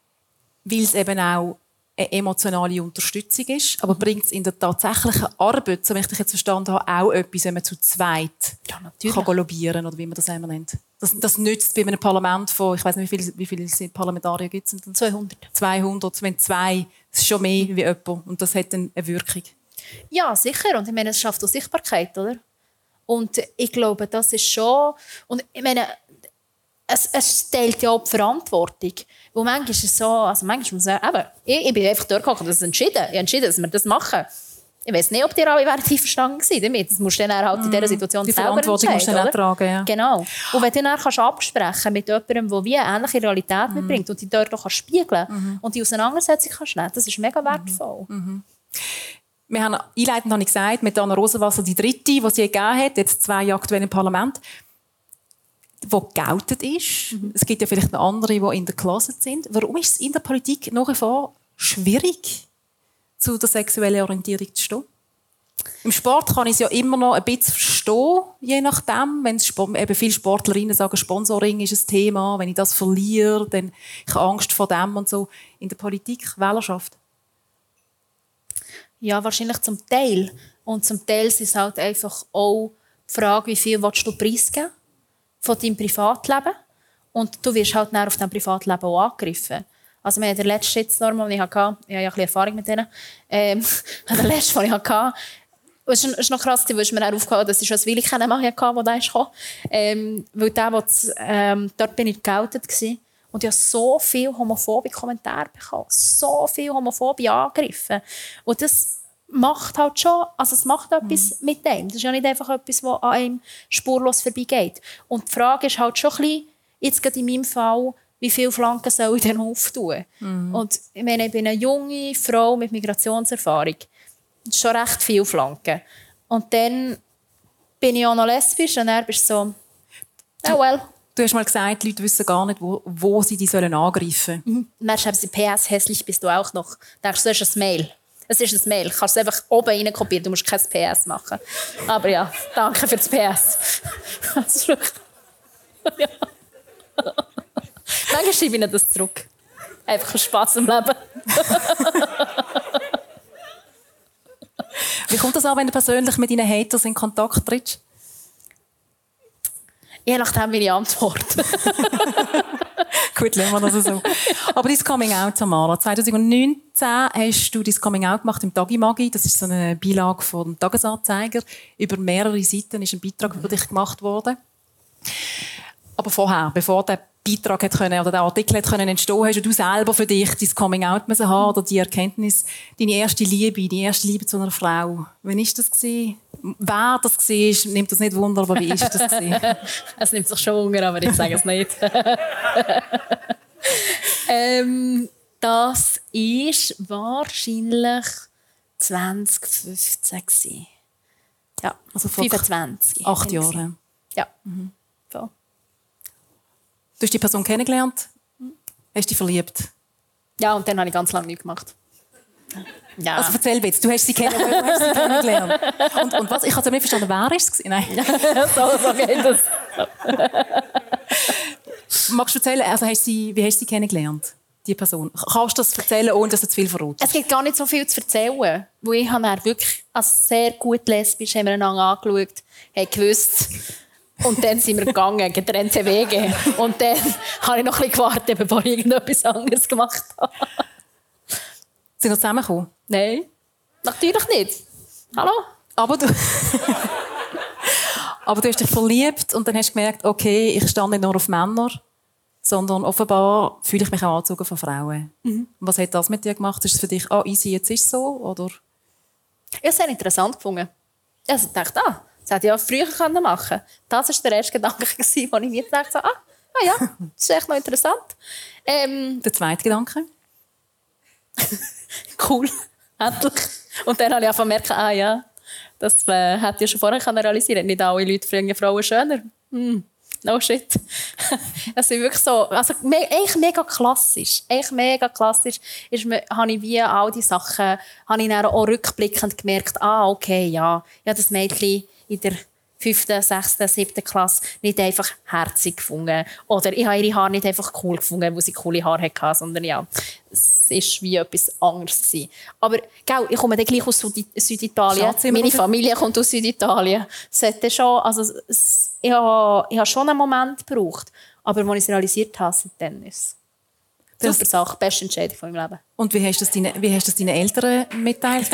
weil es eben auch eine emotionale Unterstützung ist, aber bringt es in der tatsächlichen Arbeit, so wie ich dich jetzt verstanden habe, auch etwas, wenn man zu zweit ja, natürlich. kann lobbyieren oder wie man das immer nennt. Das, das nützt bei einem Parlament von, ich weiß nicht, wie viele, wie viele Parlamentarier gibt es? zweihundert. zweihundert, wenn zwei, das ist schon mehr wie jemand und das hat dann eine Wirkung. Ja, sicher. Und ich meine, es schafft auch Sichtbarkeit, oder? Und ich glaube, das ist schon... Und ich meine, es, es teilt ja auch die Verantwortung. Weil manchmal ist es so, also manchmal muss man sagen, eben, ich, ich bin einfach dort gekommen und das entschieden. Ich habe entschieden, dass wir das machen. Ich weiss nicht, ob die alle einverstanden waren damit. Das musst du dann halt in dieser Situation die selber Verantwortung musst du dann tragen, ja. Genau. Und wenn du dann kannst absprechen mit jemandem, der wie eine ähnliche Realität mm. mitbringt und die dort auch spiegeln kann mm. und die Auseinandersetzung kannst nehmen, das ist mega wertvoll. Mm. Wir haben einleitend habe ich gesagt, mit Anna Rosenwasser die dritte, die sie gegeben hat, jetzt zwei aktuell im Parlament, die geoutet ist. Mhm. Es gibt ja vielleicht noch andere, die in der Klasse sind. Warum ist es in der Politik nach wie vor schwierig, zu der sexuellen Orientierung zu stehen? Im Sport kann ich es ja immer noch ein bisschen verstehen, je nachdem. Wenn es eben viele Sportlerinnen sagen, Sponsoring ist ein Thema, wenn ich das verliere, dann ich habe Angst vor dem und so. In der Politik, Wählerschaft? Ja, wahrscheinlich zum Teil. Und zum Teil sind es halt einfach auch die Frage, wie viel willst du preisgeben von deinem Privatleben? Und du wirst halt dann auf dein Privatleben auch angegriffen. Also wir haben den letzten Shitstorm, den ich hatte, ich habe ja ein bisschen Erfahrung mit denen, ähm, den letzten, den ich hatte, es war noch krass, weil mir dann aufgefallen dass ich schon ein Willi kennenmachen hatte, der da kam. Ähm, weil der, der, ähm, dort bin ich geoutet gewesen. Und ich habe so viele homophobe Kommentare bekommen. So viele homophobe Angriffe. Und das macht halt schon, also es macht etwas mhm. mit dem. Das ist ja nicht einfach etwas, das an einem spurlos vorbeigeht. Und die Frage ist halt schon ein bisschen, jetzt gerade in meinem Fall, wie viele Flanken soll ich denn auftun? Mhm. Und ich meine, ich bin eine junge Frau mit Migrationserfahrung. Das ist schon recht viele Flanken. Und dann bin ich auch noch lesbisch und dann bist du so, oh well. Du hast mal gesagt, die Leute wissen gar nicht, wo, wo sie die sollen angreifen sollen. Mhm. Und dann schreiben sie, P S, hässlich bist du auch noch. Dann denkst du, das ist ein Mail. Es ist ein Mail. Du kannst es einfach oben rein kopieren. Du musst kein P S machen. Aber ja, danke für das P S. Das ist wirklich... ja. Manchmal schreibe ich ihnen das zurück. Einfach für Spass im Leben. Wie kommt das an, wenn du persönlich mit deinen Haters in Kontakt trittst? Je nachdem, wie ich antworte. Gut, lassen wir das so. Aber dein Coming-out, Tamara. zwanzig neunzehn hast du dein Coming-out gemacht im Tagimagi. Das ist so eine Beilage vom Tagesanzeiger. Über mehrere Seiten ist ein Beitrag über dich gemacht worden. Aber vorher, bevor der Beitrag hat können, oder der Artikel hat können entstehen, hast du selber für dich dein Coming-out müssen haben oder die Erkenntnis, deine erste Liebe, die erste Liebe zu einer Frau. Wann war das gewesen? Wer das war, nimmt das nicht Wunder, aber wie war das gewesen? Es nimmt sich schon Wunder, aber ich sage es nicht. ähm, das war wahrscheinlich zwanzig fünfzehn gewesen. Ja, also fünfundzwanzig. Acht Jahre. Ja, mhm. So. Du hast die Person kennengelernt, hast dich verliebt. Ja, und dann habe ich ganz lange nichts gemacht. Ja. Also erzähl jetzt, du hast sie, kenn- du hast sie kennengelernt. Und, und was? Ich habe es nicht verstanden, wer war es? Nein. so, so geht das. Magst du erzählen, also hast sie, wie hast du sie kennengelernt, die Person? Kannst du das erzählen, ohne dass du zu viel verrätst? Es gibt gar nicht so viel zu erzählen. Weil ich habe dann wirklich als sehr gut lesbisch haben wir einander angeschaut, haben gewusst. Und dann sind wir gegangen, getrennte Wege. Und dann habe ich noch ein bisschen gewartet, bevor ich irgendetwas anderes gemacht habe. Sind wir zusammengekommen? Nein, natürlich nicht. Hallo? Aber du... Aber du hast dich verliebt und dann hast du gemerkt, okay, ich stehe nicht nur auf Männer, sondern offenbar fühle ich mich auch angezogen von Frauen. Mhm. Was hat das mit dir gemacht? Ist es für dich, ah, easy, jetzt ist es so? Oder? Ich habe es sehr interessant gefunden. Also ich dachte, ah, das hätte ich auch früher machen können. Das war der erste Gedanke, wo ich mir dachte, ah, ah ja, das ist echt noch interessant. Ähm, der zweite Gedanke? Cool, endlich. Und dann habe ich einfach gemerkt, ah ja, das äh, hätte ich schon vorher realisieren können. Nicht alle Leute finden Frauen schöner. Hm. No shit. Es ist wirklich so, also eigentlich mega klassisch. Eigentlich mega klassisch ist, habe ich wie all die Sachen, habe ich dann auch rückblickend gemerkt, ah, okay, ja, ja, das Mädchen in der fünften, sechsten, siebten Klasse nicht einfach herzig gefunden. Oder ich habe ihre Haare nicht einfach cool gefunden, weil sie coole Haare hatte, sondern ja, es war wie etwas anderes gewesen. Aber gell, ich komme dann gleich aus Süd- Süditalien. Meine Familie kommt aus Süditalien. Es hatte schon, also es, ich, habe, ich habe schon einen Moment gebraucht, aber als ich es realisiert habe, seitdem ist es super Sache, beste Entscheidung von meinem Leben. Und wie hast du das deinen, wie hast du das deinen Eltern mitteilt?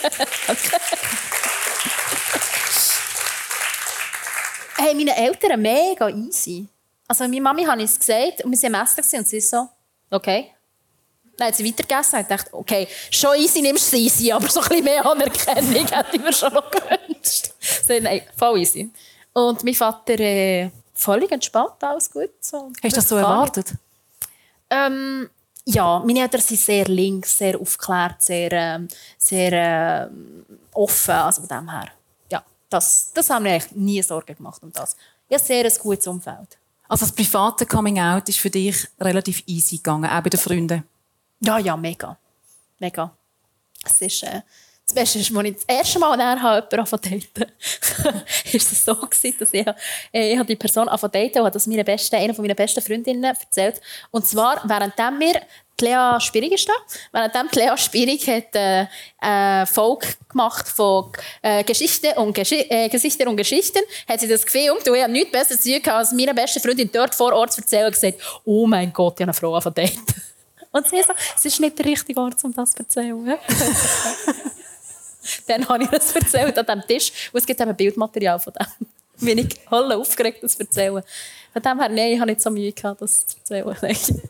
Hey, meine Eltern mega easy. Also meine Mami habe ich es gesagt und wir waren am Essen und sie ist so, okay. Dann hat sie weitergegessen und dachte, okay, schon easy nimmst du easy, aber so ein bisschen mehr Anerkennung hätte ich mir schon noch gewünscht. So, nein, voll easy. Und mein Vater äh, völlig entspannt, alles gut. So. Hast du das so erwartet? Ähm, ja, meine Eltern sind sehr links, sehr aufgeklärt, sehr, äh, sehr äh, offen, also von dem her. Das, das haben wir eigentlich nie Sorgen gemacht um das. Ich habe sehr ein gutes Umfeld. Also das private Coming-out ist für dich relativ easy gegangen, auch bei den Freunden? Ja, ja, mega. Mega. Es ist, äh, das Beste ist, als ich das erste Mal nachher jemanden daten ist es so gewesen, dass ich, äh, ich die Person daten und habe das meine beste, einer meiner besten Freundinnen erzählt. Und zwar, während wir die Lea Spierig ist da. Währenddem die Lea Spierig hat äh, eine Folge gemacht von äh, Geschichte und Geschi äh, Gesichter und Geschichten, hat sie das gefilmt und ich habe nichts Besseres zu tun, als meiner besten Freundin dort vor Ort zu erzählen und gesagt, oh mein Gott, ich habe eine Frau von dort. Und sie so, es ist nicht der richtige Ort, um das zu erzählen. Dann habe ich das erzählt an diesem Tisch und es gibt eben Bildmaterial von dem. Bin ich voll aufgeregt, das zu erzählen. Von dem her, nein, ich habe nicht so Mühe gehabt, das zu erzählen.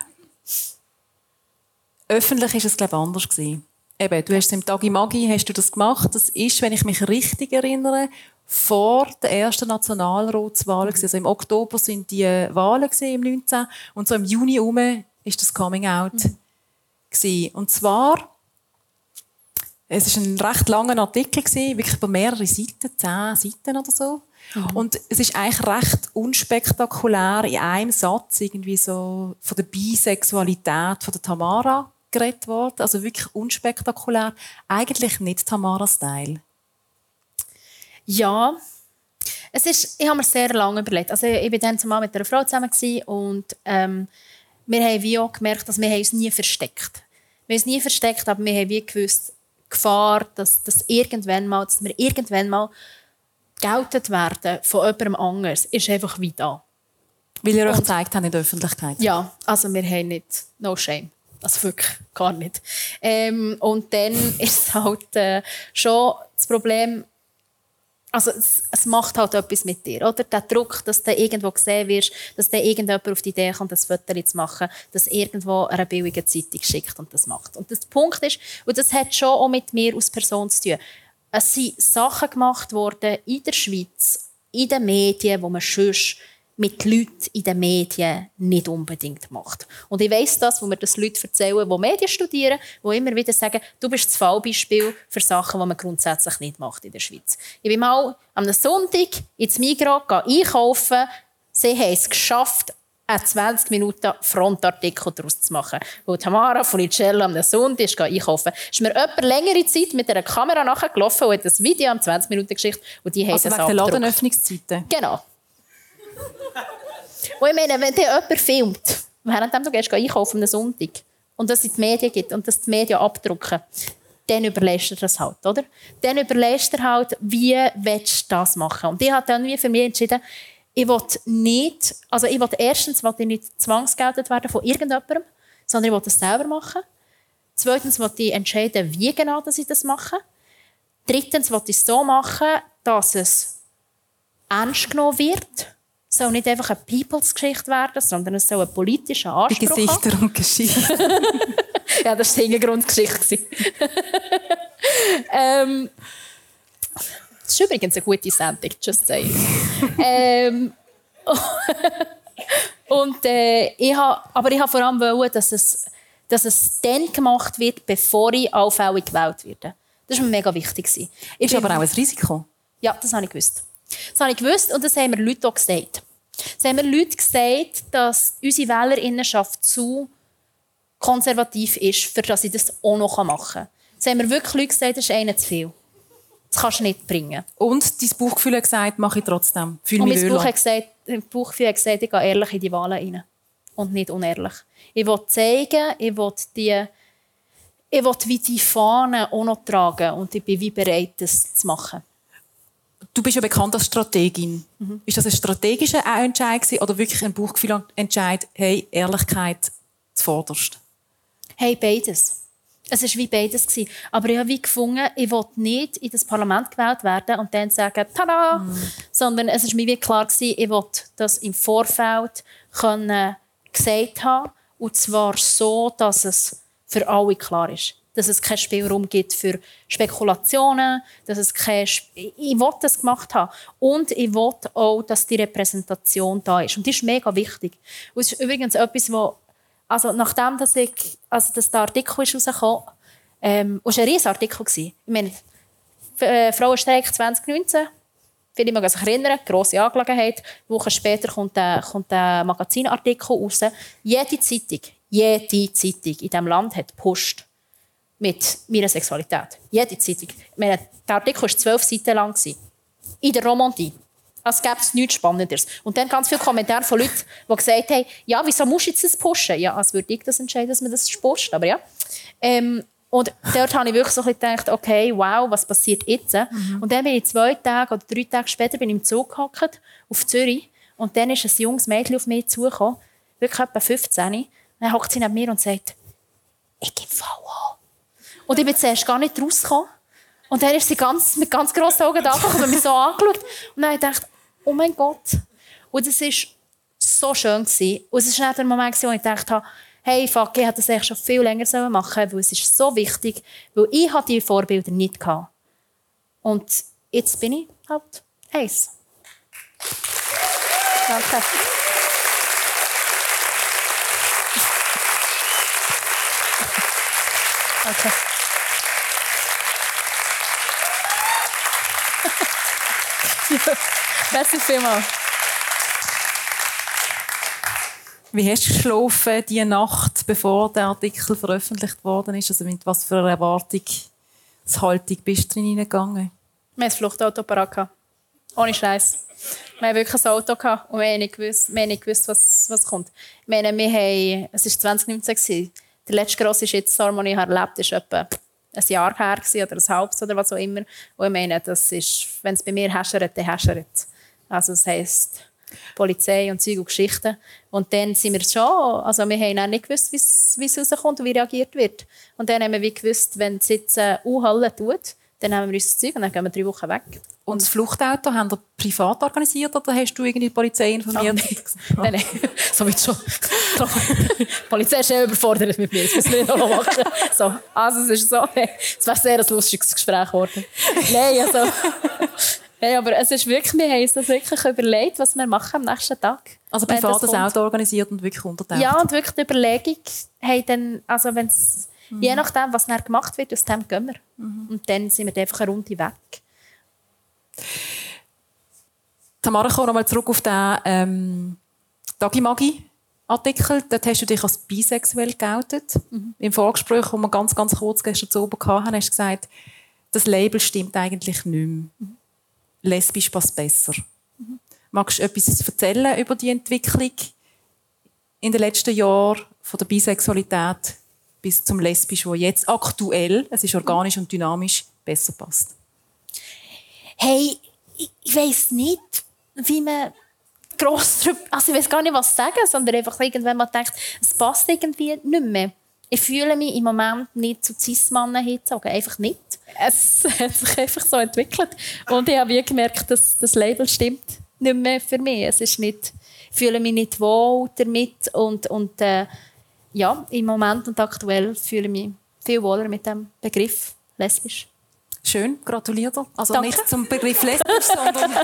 Öffentlich war es, glaube ich, anders gewesen. Eben, du hast es im Tagi Magi hast du das gemacht. Das ist, wenn ich mich richtig erinnere, vor der ersten Nationalratswahl gewesen. Also im Oktober sind die Wahlen gewesen, im neunzehn und so im Juni herum ist das Coming Out mhm. gewesen. Und zwar, es war ein recht langer Artikel gewesen, wirklich über mehrere Seiten, zehn Seiten oder so. Mhm. Und es ist eigentlich recht unspektakulär in einem Satz irgendwie so von der Bisexualität von der Tamara geredet worden. Also wirklich unspektakulär. Eigentlich nicht Tamara-Style. Ja, es ist, ich habe mir sehr lange überlegt. Also ich war dann zusammen mit einer Frau zusammen und ähm, wir haben wie auch gemerkt, dass wir uns nie versteckt. Wir haben uns nie versteckt, aber wir haben wie gewusst, die Gefahr, dass, dass, irgendwann mal, dass wir irgendwann mal geoutet werden von jemandem anderes, ist einfach wie da. Weil ihr euch gezeigt habt in der Öffentlichkeit? Ja, also wir haben nicht, no shame. Also wirklich, gar nicht. Ähm, und dann ist halt äh, schon das Problem, also es, es macht halt etwas mit dir, oder? Der Druck, dass du irgendwo gesehen wirst, dass dann irgendjemand auf die Idee kommt, das Foto zu machen, das irgendwo einer billigen Zeitung schickt und das macht. Und der Punkt ist, und das hat schon auch mit mir als Person zu tun, es sind Sachen gemacht worden in der Schweiz, in den Medien, wo man sonst mit Leuten in den Medien nicht unbedingt macht. Und ich weiss das, wo mir das Leute erzählen, die Medien studieren, die immer wieder sagen, du bist das Fallbeispiel für Sachen, die man grundsätzlich nicht macht in der Schweiz. Ich bin mal am Sonntag ins Migros einkaufen. Sie haben es geschafft, einen zwanzig Minuten Frontartikel daraus zu machen. Weil Tamara von Icella am Sonntag ist einkaufen. Ist mir jemand längere Zeit mit einer Kamera nachgelaufen und hat das Video am zwanzig Minuten Geschichte und die also haben wegen der Ladenöffnungszeiten? Genau. Und ich meine, wenn dir jemand filmt, während du gehst einkaufen am Sonntag und dass es die Medien gibt und dass die Medien abdrucken, dann überlegst du das halt, oder? Dann überlegst du halt, wie willst du das machen? Und ich habe dann für mich entschieden, ich will nicht, also ich will erstens will ich nicht zwangsgeoutet werden von irgendjemandem, sondern ich will das selber machen. Zweitens will ich entscheiden, wie genau dass ich das mache. Drittens will ich es so machen, dass es ernst genommen wird. Es soll nicht einfach eine Peoples-Geschichte werden, sondern es soll ein politischer Anspruch haben. Die Gesichter und Geschichten. Ja, das war die Hintergrundgeschichte. ähm, das ist übrigens eine gute Sendung, just saying. ähm, und, äh, ich ha, aber ich wollte vor allem wollen, dass es, dass es dann gemacht wird, bevor ich allfällig gewählt werde. Das war mir mega wichtig. Ich ist aber auch ein Risiko. Ja, das habe ich gewusst. Das habe ich gewusst und das haben mir Leute auch gesagt. Das haben mir Leute gesagt, dass unsere Wählerinnenschaft zu konservativ ist, für dass ich das auch noch machen kann. Das haben mir wirklich Leute gesagt, das ist einer zu viel. Das kannst du nicht bringen. Und dein Bauchgefühl hat gesagt, mache ich trotzdem. Fühl und mich mein Bauch hat gesagt, mein Bauchgefühl hat gesagt, ich gehe ehrlich in die Wahlen rein. Und nicht unehrlich. Ich will zeigen, ich will die, ich will wie die Fahnen auch noch tragen und ich bin wie bereit, das zu machen. Du bist ja bekannt als Strategin. Mhm. Ist das ein strategischer Entscheid oder wirklich ein Bauchgefühl-Entscheid, hey, Ehrlichkeit zuvorderst? Hey, beides. Es war wie beides. Aber ich habe wie gefunden, ich will nicht in das Parlament gewählt werden und dann sagen, tada! Mhm. Sondern es war mir wie klar, ich will das im Vorfeld können gesagt haben. Und zwar so, dass es für alle klar ist. Dass es keinen Spielraum gibt für Spekulationen, dass es kein Sp- ich will das gemacht haben. Und ich will auch, dass die Repräsentation da ist. Und das ist mega wichtig. Und es ist übrigens etwas, wo, also nachdem dass ich, also dass der Artikel ist rausgekommen, ähm, es war ein riesiger Artikel. Ich meine, äh, Frauenstreik zwanzig neunzehn, viele mögen sich erinnern, grosse Angelegenheit. Wochen später kommt der, kommt der Magazinartikel raus. Jede Zeitung, jede Zeitung in diesem Land hat gepusht mit meiner Sexualität. Jede Zeitung. Ich meine, der Artikel war zwölf Seiten lang. In der Romandie. Als gäbe es nichts Spannenderes. Und dann ganz viele Kommentare von Leuten, die gesagt haben, ja, wieso musst du jetzt das pushen? Ja, als würde ich das entscheiden, dass man das pusht, aber ja. Ähm, und dort habe ich wirklich so ein bisschen gedacht, okay, wow, was passiert jetzt? Mhm. Und dann bin ich zwei Tage oder drei Tage später bin ich im Zug gehockt, auf Zürich. Und dann ist ein junges Mädchen auf mich zugekommen, wirklich etwa fünfzehn. Und dann hockt sie neben mir und sagt, ich gebe V A. Und ich bin zuerst gar nicht rausgekommen. Und dann ist sie ganz, mit ganz grossen Augen da und mich so angeschaut. Und dann habe ich gedacht, oh mein Gott. Und es war so schön. Und es war nicht der Moment, wo ich gedacht habe, hey, fuck, ich hätte das eigentlich schon viel länger machen sollen, weil es ist so wichtig, weil ich diese Vorbilder nicht hatte. Und jetzt bin ich halt eins. Danke. Danke. Merci vielmals. Wie hast du geschlafen diese Nacht, bevor der Artikel veröffentlicht worden ist? Also mit was für einer Erwartungshaltung bist du drin hineingegangen? Wir hatten ein Fluchtauto parat. Ohne Scheiß. Wir hatten wirklich ein Auto gehabt und wir haben nicht gewusst, wir haben nicht gewusst was, was kommt. Ich meine, wir haben, es war zwanzig neunzehn. Der letzte grosse Shitstorm, den ich erlebt habe, war etwa ein Jahr her oder ein halbes oder was auch immer. Und ich meine, das ist, wenn es bei mir häschert, dann häschert es. Also das heisst Polizei und Zeug und Geschichten. Und dann sind wir schon, also wir haben auch nicht gewusst, wie es rauskommt und wie reagiert wird. Und dann haben wir wie gewusst, wenn es jetzt äh, U-Halle tut, dann haben wir unser Zeug und dann gehen wir drei Wochen weg. Und das Fluchtauto haben ihr privat organisiert oder hast du irgendwie die Polizei informiert? Oh, nein, nein, so weit schon. Die Polizei ist sehr überfordert mit mir, das müssen wir nicht noch machen. So, also es ist so, es wäre sehr ein lustiges Gespräch geworden. Nein, also, nein, aber es ist wirklich, wir haben uns das wirklich überlegt, was wir machen am nächsten Tag. Also privat das Auto organisiert und wirklich untertaucht? Ja, und wirklich die Überlegung, hey, dann, also wenn's, mhm. je nachdem, was dann gemacht wird, aus dem gehen wir. Mhm. Und dann sind wir einfach eine Runde weg. Tamara, ich komme noch mal zurück auf den ähm, Dagi-Magi-Artikel. Dort hast du dich als bisexuell geoutet. Mhm. Im Vorgespräch, das wir ganz, ganz kurz gestern zu oben hatten, hast du gesagt, das Label stimmt eigentlich nicht mehr. Mhm. Lesbisch passt besser. Mhm. Magst du etwas erzählen über die Entwicklung in den letzten Jahren von der Bisexualität bis zum Lesbisch, wo jetzt aktuell, es ist organisch und dynamisch, besser passt? Hey, ich, ich weiss nicht, wie man gross drüber, also ich weiss gar nicht, was sagen, sondern einfach irgendwann man denkt, es passt irgendwie nicht mehr. Ich fühle mich im Moment nicht zu Cis-Mannen hingezogen, einfach nicht. Es hat sich einfach so entwickelt und ich habe gemerkt, dass das Label stimmt nicht mehr für mich. Es ist nicht, ich fühle mich nicht wohl damit und, und äh, ja, im Moment und aktuell fühle ich mich viel wohler mit dem Begriff lesbisch. Schön, gratuliere. Also Danke. Nicht zum Begriff lesbisch, sondern...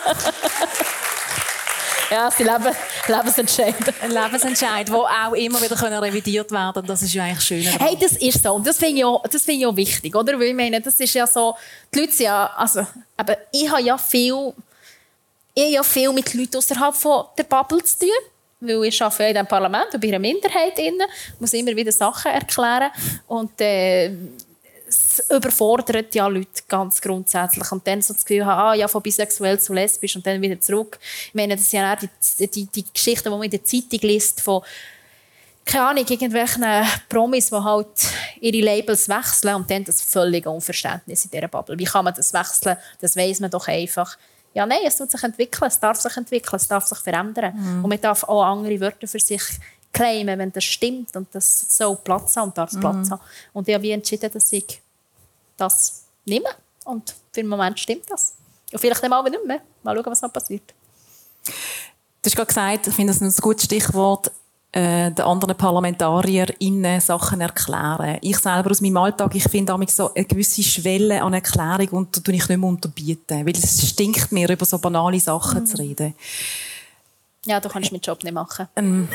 Ja, sie leben, Lebensentscheid. Ein Lebensentscheid, der auch immer wieder revidiert werden kann. Das ist ja eigentlich schön. Hey, das ist so. Und das finde ich, auch, das finde ich auch wichtig, oder? Weil ich meine, das ist ja so... Die Leute sind ja... Also, aber ich habe ja viel... Ich habe ja viel mit Leuten außerhalb von der Bubble zu tun. Weil ich arbeite in diesem Parlament und bei einer Minderheit drin. Ich muss immer wieder Sachen erklären. Und... Äh, es überfordert ja Leute ganz grundsätzlich. Und dann so das Gefühl haben, ah, ja, von bisexuell zu lesbisch und dann wieder zurück. Ich meine, das sind ja auch die, die, die Geschichten, die man in der Zeitung liest, von, keine Ahnung, irgendwelchen Promis, die halt ihre Labels wechseln und dann das völlige Unverständnis in dieser Bubble. Wie kann man das wechseln? Das weiss man doch einfach. Ja, nein, es tut sich entwickeln, es darf sich entwickeln, es darf sich verändern. Mhm. Und man darf auch andere Wörter für sich claimen, wenn das stimmt und das soll Platz haben und darf Platz mhm. haben. Und ich habe entschieden, dass ich das nehme und für den Moment stimmt das. Und vielleicht dann auch nicht mehr. Mal schauen, was noch passiert. Du hast gerade gesagt, ich finde das ein gutes Stichwort, äh, den anderen ParlamentarierInnen Sachen erklären. Ich selber aus meinem Alltag, ich finde so eine gewisse Schwelle an Erklärung und da tue ich nicht mehr unterbieten, weil es stinkt mir, über so banale Sachen mhm. zu reden. Ja, du kannst meinen Job nicht machen. Ähm,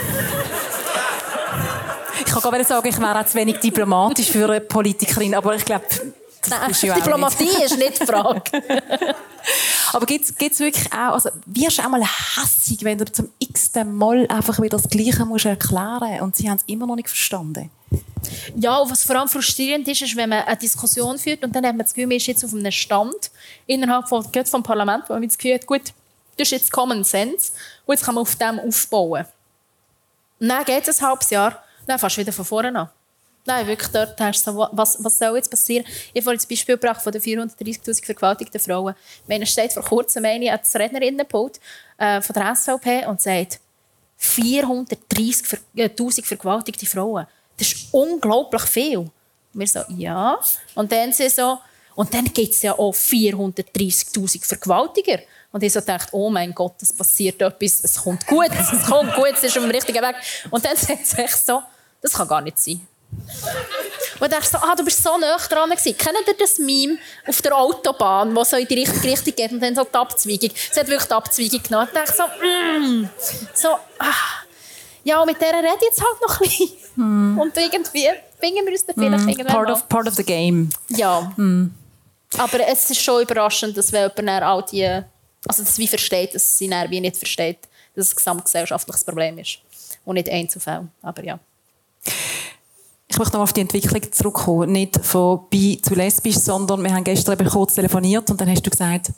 ich kann gerade sagen, ich wäre auch zu wenig diplomatisch für eine Politikerin, aber ich glaube, Nein, ist ja Diplomatie nicht. Ist nicht die Frage. Aber gibt es wirklich auch, also wirst du auch mal hässig, wenn du zum x-ten Mal einfach wieder das Gleiche musst erklären und sie haben es immer noch nicht verstanden? Ja, und was vor allem frustrierend ist, ist, wenn man eine Diskussion führt und dann hat man das Gefühl, man ist jetzt auf einem Stand innerhalb von, vom Parlament, wo man das Gefühl hat, gut, Das ist jetzt Common Sense. Und jetzt kann man auf dem aufbauen. Und dann geht es ein halbes Jahr, dann fängst du wieder von vorne an. Nein, wirklich dort hast du so, was, was soll jetzt passieren? Ich habe vorhin das Beispiel gebracht von den vierhundertdreißigtausend vergewaltigten Frauen. Meine steht vor kurzem eine an das Rednerinnenpult äh, von der S V P und sagt, vierhundertdreißigtausend vergewaltigte Frauen. Das ist unglaublich viel. Und wir so, ja. Und dann sie so, und dann gibt es ja auch vierhundertdreißigtausend Vergewaltiger. Und ich so dachte, oh mein Gott, es passiert etwas, es kommt gut, es kommt gut, es ist auf dem richtigen Weg. Und dann sagt sie echt so, das kann gar nicht sein. Und dann dachte ich so, ah, du bist so nah dran gewesen. Kennt ihr das Meme auf der Autobahn, wo so in die richtige Richtung geht und dann so die Abzweigung? Sie hat wirklich die Abzweigung genommen. Und dann dachte ich so, mm, so, ah, ja, mit der rede ich jetzt halt noch ein bisschen. Mm. Und irgendwie finden wir uns da vielleicht mm. irgendwann part of, part of the game. Ja. Mm. Aber es ist schon überraschend, dass wenn jemand all die, also das wie versteht, dass sie wie nicht versteht, dass es ein gesamtgesellschaftliches Problem ist. Und nicht Einzelfälle. Aber ja. Ich möchte noch auf die Entwicklung zurückkommen. Nicht von bi zu lesbisch, sondern wir haben gestern eben kurz telefoniert und dann hast du gesagt,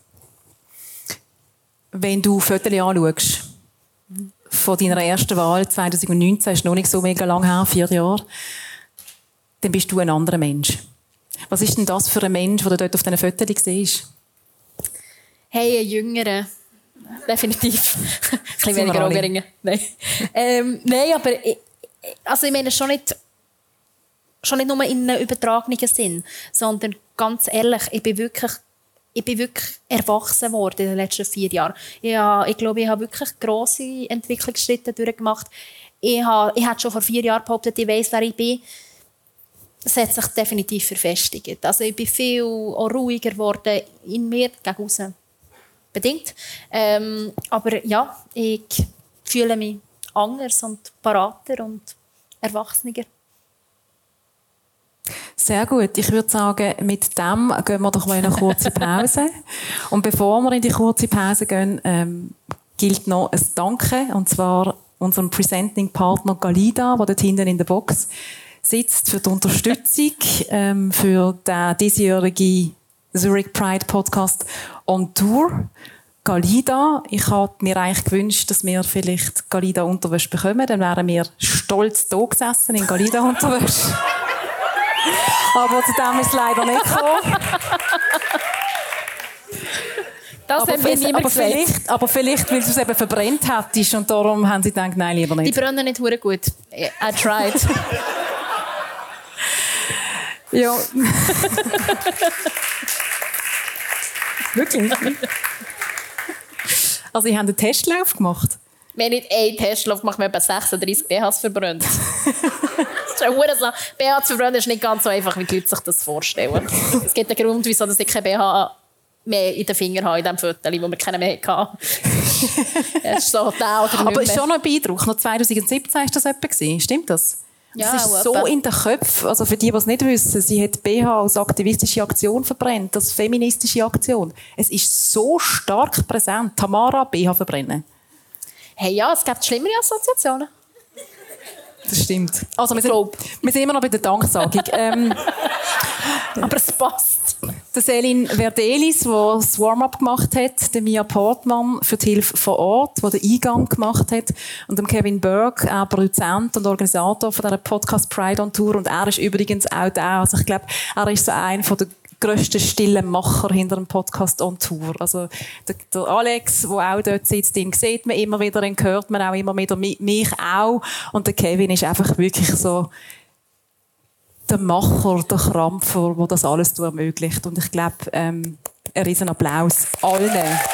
wenn du Fotos anschaust, von deiner ersten Wahl zwanzig neunzehn, ist noch nicht so mega lang her, vier Jahre, dann bist du ein anderer Mensch. Was ist denn das für ein Mensch, den du dort auf diesen Fotos siehst? Hey, ein Jüngerer. Definitiv. Ein bisschen weniger Augenringe. Nein. ähm, nein, aber ich, also ich meine schon nicht, schon nicht nur in einem übertragenen Sinn, sondern ganz ehrlich, ich bin wirklich, ich bin wirklich erwachsen worden in den letzten vier Jahren. Ja, ich glaube, ich habe wirklich grosse Entwicklungsschritte durchgemacht. Ich habe, ich habe schon vor vier Jahren behauptet, ich weiss, wer ich bin. Das hat sich definitiv verfestigt. Also ich bin viel auch ruhiger geworden in mir gegen aussen. Bedingt. Ähm, aber ja, ich fühle mich anders und parater und erwachsener. Sehr gut. Ich würde sagen, mit dem gehen wir doch mal in eine kurze Pause. Und bevor wir in die kurze Pause gehen, ähm, gilt noch ein Danke. Und zwar unserem Presenting-Partner Galida, der dort hinten in der Box sitzt, für die Unterstützung, ähm, für den diesjährigen Zurich Pride Podcast on Tour. Galida. Ich habe mir eigentlich gewünscht, dass wir vielleicht Galida Unterwäsche bekommen. Dann wären wir stolz da gesessen in Galida Unterwäsche. Aber zu dem ist es leider nicht gekommen. Das aber, haben wir niemand aber, vielleicht, aber vielleicht, weil du es eben verbrennt hättest und darum haben sie gedacht, nein, lieber nicht. Die brennen nicht verdammt gut. I tried. Ja. Wirklich? Also, ich habe einen Testlauf gemacht. Wir haben nicht einen Testlauf gemacht, wir haben etwa sechsunddreißig B Hs verbrannt. Das ist ein so. B H zu verbrennen ist nicht ganz so einfach, wie die Leute sich das vorstellen. Es gibt einen Grund, wieso ich kein B H mehr in den Fingern habe, in diesem Foto, wo wir keinen mehr hatten. Es ist so der oder aber es ist schon noch ein Beeindruck. Noch zwanzig siebzehn war das etwa. Stimmt das? Ja, das ist so etwa in den Köpfen. Also für die, die es nicht wissen, sie hat B H als aktivistische Aktion verbrennt, als feministische Aktion. Es ist so stark präsent. Tamara, B H verbrennen. Hey, ja, es gibt schlimmere Assoziationen. Das stimmt. Also, wir sind, wir sind immer noch bei der Danksagung. ähm, Aber es passt. Der Selin Verdelis, der das Warm-up gemacht hat, der Mia Portmann für die Hilfe vor Ort, der den Eingang gemacht hat, und dem Kevin Burke, auch Produzent und Organisator von dieser Podcast Pride on Tour. Und er ist übrigens auch der, also ich glaube, er ist so einer der grössten stillen Macher hinter dem Podcast on Tour. Also der, der Alex, der auch dort sitzt, den sieht man immer wieder, den hört man auch immer wieder, mich auch. Und der Kevin ist einfach wirklich so der Macher, der Krampfer, der das alles ermöglicht. Und ich glaube, ähm, ein riesen Applaus allen.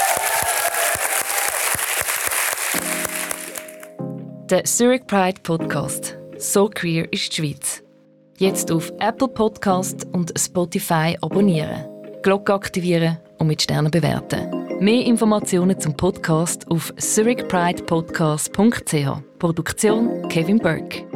Der Zurich Pride Podcast. So queer ist die Schweiz. Jetzt auf Apple Podcast und Spotify abonnieren, Glocke aktivieren und mit Sternen bewerten. Mehr Informationen zum Podcast auf zurich pride podcast punkt c h. Produktion Kevin Burke.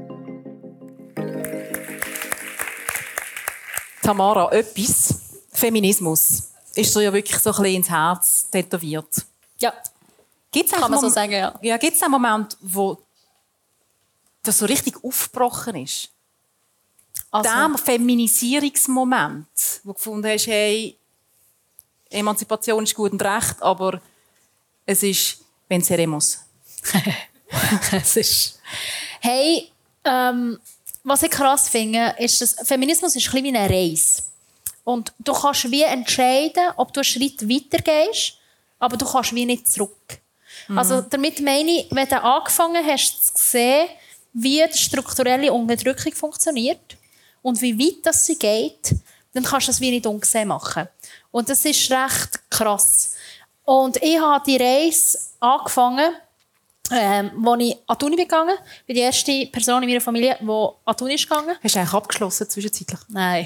Tamara, etwas Feminismus ist dir ja wirklich so ein bisschen ins Herz tätowiert. Ja, gibt's kann man Mom- so sagen, ja. Ja, gibt es einen Moment, wo das so richtig aufgebrochen ist? Also, Der Feminisierungsmoment, wo du gefunden hast, hey, Emanzipation ist gut und recht, aber Es ist «Venceremos». Es ist... Hey, ähm, was ich krass finde, ist, dass Feminismus ist ein bisschen wie eine Reise. Und du kannst wie entscheiden, ob du einen Schritt weiter gehst, aber du kannst wie nicht zurück. Mhm. Also damit meine ich, wenn du angefangen hast zu sehen, wie die strukturelle Unterdrückung funktioniert und wie weit das sie geht, dann kannst du das wie nicht ungesehen machen. Und das ist recht krass. Und ich habe die Reise angefangen, ähm, als ich an die Uni gegangen bin. Ich bin die erste Person in meiner Familie, die an die Uni ist gegangen. Hast du eigentlich abgeschlossen zwischenzeitlich? Nein.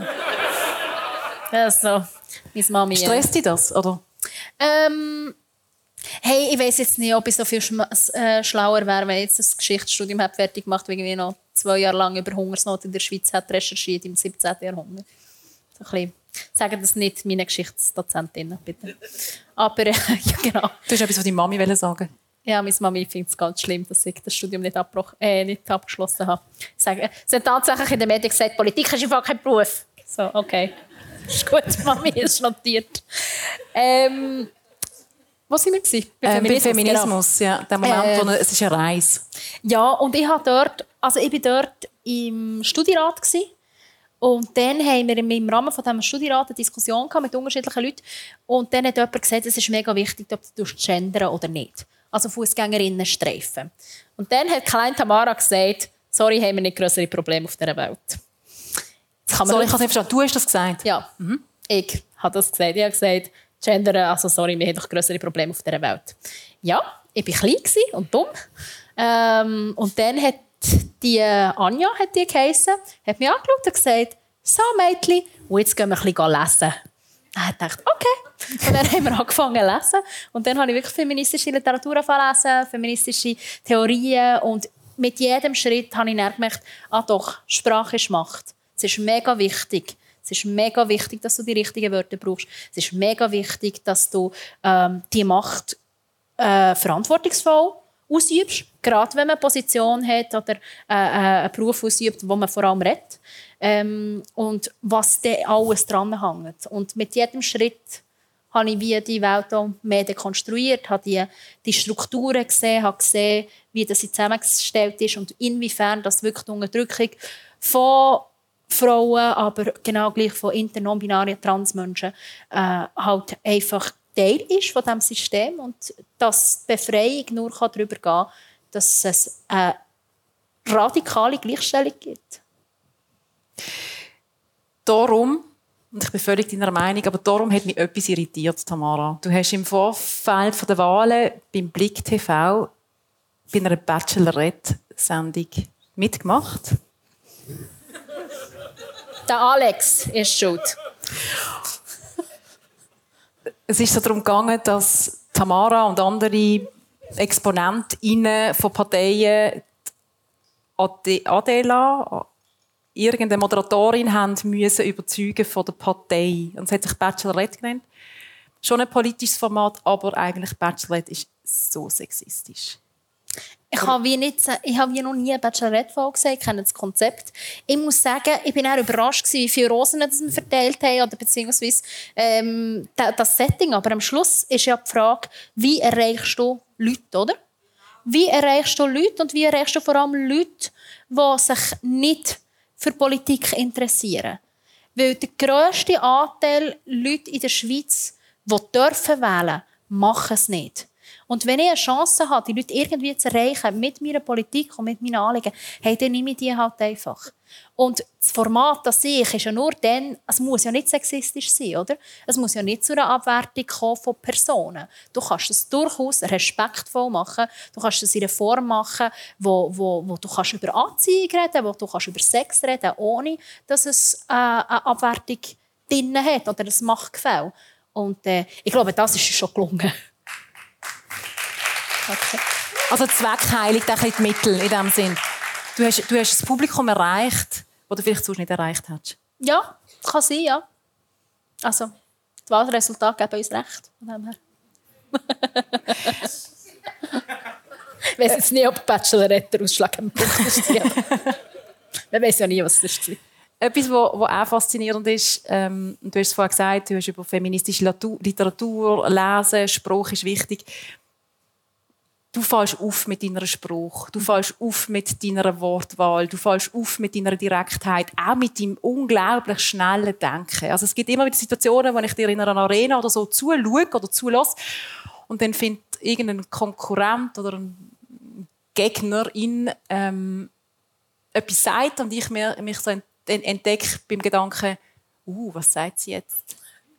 Also, meine Mami. Stresst dich das, oder? Ähm, hey, ich weiss jetzt nicht, ob ich so viel schm- äh, schlauer wäre, wenn ich jetzt das Geschichtsstudium hätte fertig gemacht, weil ich noch zwei Jahre lang über Hungersnot in der Schweiz hat recherchiert im siebzehnten Jahrhundert. So ein bisschen. Sagen das nicht meine Geschichtsdozentinnen, bitte. Aber äh, ja, genau. Du hast etwas von deiner Mami sagen. Ja, meine Mami findet es ganz schlimm, dass ich das Studium nicht, äh, nicht abgeschlossen habe. Ich sage, sie hat tatsächlich in den Medien gesagt, Politik ist einfach kein Beruf. So, okay. Ist gut, Mami ist notiert. Ähm, wo sind wir gewesen? Bei ähm, Feminismus, bei Feminismus, genau. Ja. Der Moment, äh, wo es ist eine Reise. Ja, und ich war dort, also ich war dort im Studierat gewesen. Und dann haben wir im Rahmen von diesem Studierat eine Diskussion mit unterschiedlichen Leuten. Und dann hat jemand gesagt, es ist mega wichtig, ob du gendern oder nicht. Also Fußgängerinnen streifen. Und dann hat Klein Tamara gesagt, sorry, haben wir nicht größere Probleme auf dieser Welt. Sorry, ich habe es verstanden. Du hast das gesagt? Ja, mhm. Ich habe das gesagt. Ich habe gesagt, gendern, also sorry, wir haben doch größere Probleme auf dieser Welt. Ja, ich war klein und dumm. Ähm, und dann hat die Anja, hat die geheissen, hat mich angeschaut und gesagt, so Mädchen, und jetzt gehen wir ein bisschen lesen. Dann dachte ich, okay. Und dann haben wir angefangen zu lesen. Und dann habe ich wirklich feministische Literatur lesen, feministische Theorien. Und mit jedem Schritt habe ich dann gemerkt, ah doch, Sprache ist Macht. Es ist mega wichtig. Es ist mega wichtig, dass du die richtigen Wörter brauchst. Es ist mega wichtig, dass du ähm, die Macht äh, verantwortungsvoll ausübst. Gerade wenn man eine Position hat oder äh, einen Beruf ausübt, wo man vor allem redet. Ähm, und was da alles dran hängt. Und mit jedem Schritt habe ich wie die Welt auch mehr dekonstruiert, habe die, die Strukturen gesehen, habe gesehen, wie das zusammengestellt ist und inwiefern das wirklich die Unterdrückung von Frauen, aber genau gleich von inter-, non-binären Transmenschen äh, halt einfach Teil ist von diesem System und dass die Befreiung nur darüber gehen kann, dass es eine radikale Gleichstellung gibt. Darum, und ich bin völlig deiner Meinung, aber darum hat mich etwas irritiert, Tamara. Du hast im Vorfeld der Wahlen beim Blick T V bei einer Bachelorette-Sendung mitgemacht. Der Alex ist schuld. Es ist so darum gegangen, dass Tamara und andere Exponentinnen von Parteien Adela, irgendeine Moderatorin, haben müssen überzeugen von der Partei. Und es hat sich Bachelorette genannt. Schon ein politisches Format, aber eigentlich Bachelorette ist so sexistisch. Ich habe wie nicht, ich habe wie noch nie eine Bachelorette-Folge gesehen, ich kenne das Konzept. Ich muss sagen, ich bin auch überrascht gewesen, wie viele Rosen das wir verteilt haben, oder beziehungsweise ähm, das Setting. Aber am Schluss ist ja die Frage, wie erreichst du Leute, oder? Wie erreichst du Leute und wie erreichst du vor allem Leute, die sich nicht für Politik interessieren? Weil der grösste Anteil Leute in der Schweiz, die dürfen wählen, machen es nicht. Und wenn ich eine Chance habe, die Leute irgendwie zu erreichen mit meiner Politik und mit meinen Anliegen, hey, dann nehme ich die halt einfach. Und das Format an sich ist ja nur dann, es muss ja nicht sexistisch sein, oder? Es muss ja nicht zu einer Abwertung kommen von Personen. Du kannst es durchaus respektvoll machen, du kannst es in einer Form machen, wo, wo, wo du kannst über Anziehung reden, wo du kannst über Sex reden, ohne dass es äh, eine Abwertung drin hat oder ein Machtgefälle. Und äh, ich glaube, das ist schon gelungen. Okay. Also Zweck heiligt auch die Mittel in diesem Sinn. Du hast, du hast das Publikum erreicht, das du vielleicht sonst nicht erreicht hättest. Ja, kann sein, ja. Also, die Wahlresultate geben uns recht. Von dem her. Ich weiss jetzt nicht, ob Bachelorette der ausschlaggebende Punkt ist. Man weiss ja nie, was das war. etwas, was auch faszinierend ist, ähm, du hast es vorhin gesagt, du hast über feministische Literatur, Lesen, Spruch ist wichtig. Du fällst auf mit deiner Spruch, du fällst auf mit deiner Wortwahl, du fällst auf mit deiner Direktheit, auch mit deinem unglaublich schnellen Denken. Also es gibt immer wieder Situationen, wo ich dir in einer Arena oder so zuschaue oder zulasse und dann findet irgendein Konkurrent oder ein Gegner in ähm, etwas sagt und ich mir, mich so entdecke beim Gedanken, uh, was sagt sie jetzt?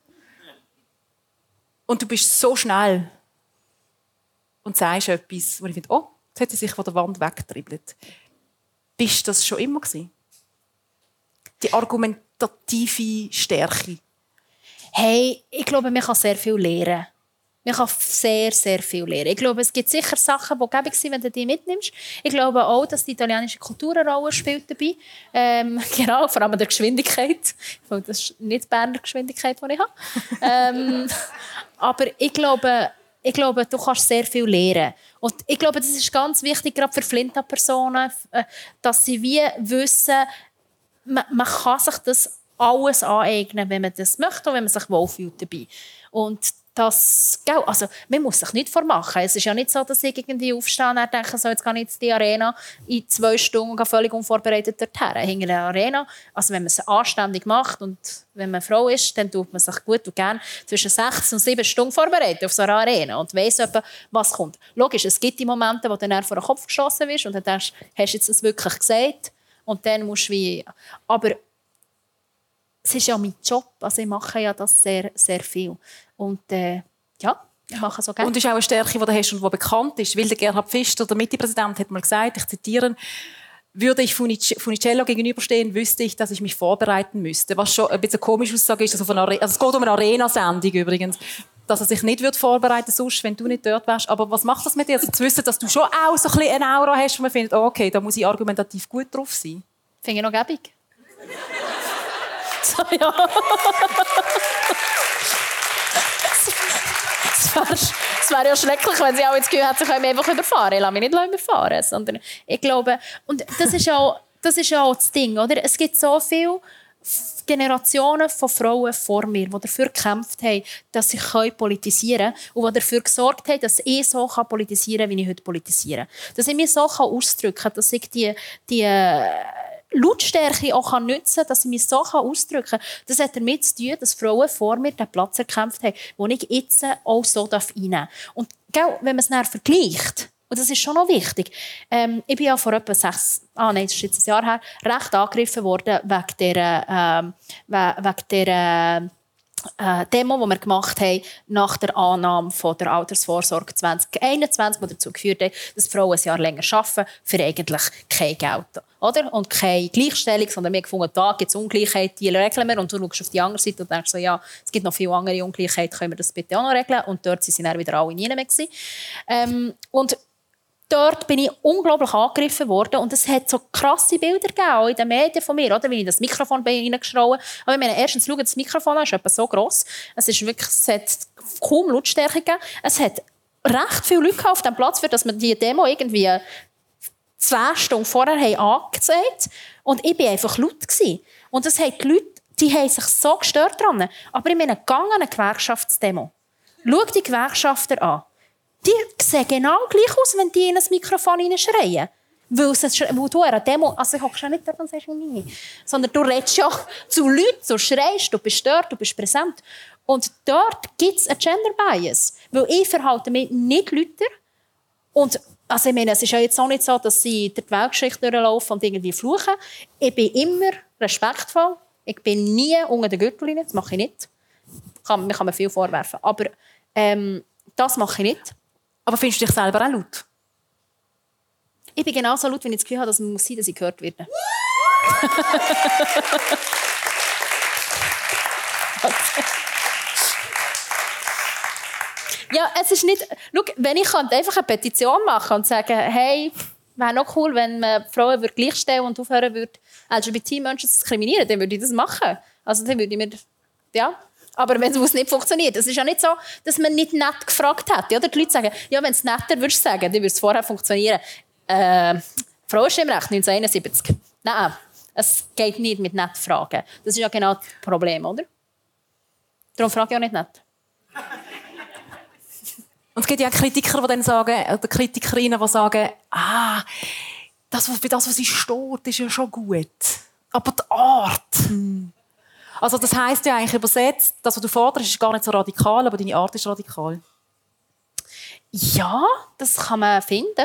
Und du bist so schnell und sagst etwas, wo ich finde, oh, jetzt hat sie sich von der Wand weggetribbelt. Bist das schon immer gewesen? Die argumentative Stärke? Hey, ich glaube, man kann sehr viel lernen. Man kann sehr, sehr viel lernen. Ich glaube, es gibt sicher Sachen, die gäbig sind, wenn du die mitnimmst. Ich glaube auch, dass die italienische Kultur eine Rolle spielt dabei. Ähm, genau, vor allem der Geschwindigkeit. Das ist nicht die Berner Geschwindigkeit, die ich habe. ähm, aber ich glaube, ich glaube, du kannst sehr viel lernen. Und ich glaube, das ist ganz wichtig, gerade für Flinta-Personen, dass sie wie wissen, man, man kann sich das alles aneignen, wenn man das möchte und wenn man sich wohlfühlt dabei. Und das, also, man muss sich nicht vormachen. Es ist ja nicht so, dass ich irgendwie aufstehe und denke, so, jetzt gehe ich in die Arena in zwei Stunden völlig unvorbereitet dorthin. Hinter der Arena, also wenn man es anständig macht und wenn man Frau ist, dann tut man sich gut und gerne zwischen sechs und sieben Stunden vorbereitet auf so einer Arena und weiss etwa, was kommt. Logisch, es gibt die Momente, wo du dann vor den Kopf geschossen bist und dann denkst, hast du jetzt das wirklich gesagt? Und dann musst du wie... Aber es ist ja mein Job, also ich mache ja das sehr, sehr viel. Und äh, ja, ich mache so gerne. Und es ist auch eine Stärke, die du hast und die bekannt ist. Weil der Gerhard Pfister, der Mitte-Präsident, hat mal gesagt, ich zitiere, würde ich Funicello gegenüberstehen, wüsste ich, dass ich mich vorbereiten müsste. Was schon ein bisschen eine komische Aussage ist. Also, also es geht um eine Arena-Sendung übrigens. Dass er sich nicht vorbereiten würde, sonst, wenn du nicht dort wärst. Aber was macht das mit dir? Also zu wissen, dass du schon auch so ein bisschen eine Aura hast, wo man findet, oh, okay, da muss ich argumentativ gut drauf sein. Finde ich noch gäbig. So, ja. Es wäre, es wäre ja schrecklich, wenn sie auch das Gefühl hätten, sie können mich einfach überfahren. Ich lasse mich nicht überfahren. Sondern ich glaube, und das ist auch das, ist auch das Ding, oder? Es gibt so viele Generationen von Frauen vor mir, die dafür gekämpft haben, dass sie politisieren können und die dafür gesorgt haben, dass ich so politisieren kann, wie ich heute politisiere. Dass ich mich so ausdrücken kann, dass ich die, die Lautstärke auch nutzen kann, dass ich mich so ausdrücken kann. Das hat damit zu tun, dass Frauen vor mir den Platz erkämpft haben, den ich jetzt auch so einnehmen darf. Und wenn man es dann vergleicht, und das ist schon noch wichtig, ähm, ich bin ja vor etwa sechs, ah nein, das ist jetzt ein Jahr her, recht angegriffen worden wegen der, ähm, wegen der äh, Demo, die wir gemacht haben, nach der Annahme von der Altersvorsorge zwanzig einundzwanzig, die dazu geführt hat, dass Frauen ein Jahr länger arbeiten, für eigentlich kein Geld. Oder? Und keine Gleichstellung, sondern wir haben gefunden, da gibt es Ungleichheit, die regeln wir. Und du schaust auf die andere Seite und denkst so, ja, es gibt noch viele andere Ungleichheit, können wir das bitte auch noch regeln? Und dort sind sie dann wieder alle nie mehr gewesen. Ähm, und dort bin ich unglaublich angegriffen worden und es hat so krasse Bilder gegeben, auch in den Medien von mir, oder? Wie ich das Mikrofon bei ihnen geschrauen. Aber ich meine, erstens schauen, das Mikrofon ist etwa so gross. Es ist wirklich, es hat kaum Lautstärke gegeben. Es hat recht viele Leute auf dem Platz, für dass man die Demo irgendwie zwei Stunden vorher haben angezeigt und ich war einfach laut gewesen. Und das haben die Leute, die haben sich so gestört daran. Aber ich meine, gang an eine Gewerkschaftsdemo. Schau die Gewerkschafter an. Die sehen genau gleich aus, wenn die in ein Mikrofon schreien. Weil, es, weil du eine Demo, also ich hockst ja nicht dort und sagst «Mimi», sondern du redest ja zu Leuten, du schreist, du bist dort, du bist präsent. Und dort gibt es einen Gender Bias. Weil ich verhalte mich nicht lauter. Und also ich meine, es ist ja jetzt auch nicht so, dass sie durch die Weltgeschichte durchlaufen und irgendwie fluchen. Ich bin immer respektvoll. Ich bin nie unter der Gürtellinie, das mache ich nicht. Kann, mir kann man viel vorwerfen. Aber ähm, das mache ich nicht. Aber findest du dich selber auch laut? Ich bin genauso laut, wenn ich das Gefühl habe, dass man muss sein, dass ich gehört werde. Ja, es ist nicht... Schau, wenn ich einfach eine Petition machen und sagen, hey, wäre noch cool, wenn man Frauen würde gleichstellen und aufhören würde, L G B T-Menschen zu diskriminieren, dann würde ich das machen. Also dann würde ich mir... Ja... Aber wenn es nicht funktioniert, es ist ja nicht so, dass man nicht nett gefragt hätte. Oder die Leute sagen, ja, wenn es netter würdest sagen, dann würde es vorher funktionieren. Äh, Frauenstimmrecht neunzehnhunderteinundsiebzig. Nein, Es geht nicht mit nett fragen. Das ist ja genau das Problem, oder? Darum frage ich auch nicht nett. Und es gibt ja auch Kritiker, die dann sagen, oder Kritikerinnen, die sagen, ah, das, für das, was sie steht, ist ja schon gut. Aber die Art. Hm. Also das heisst ja eigentlich übersetzt, das, was du forderst, ist gar nicht so radikal, aber deine Art ist radikal. Ja, das kann man finden.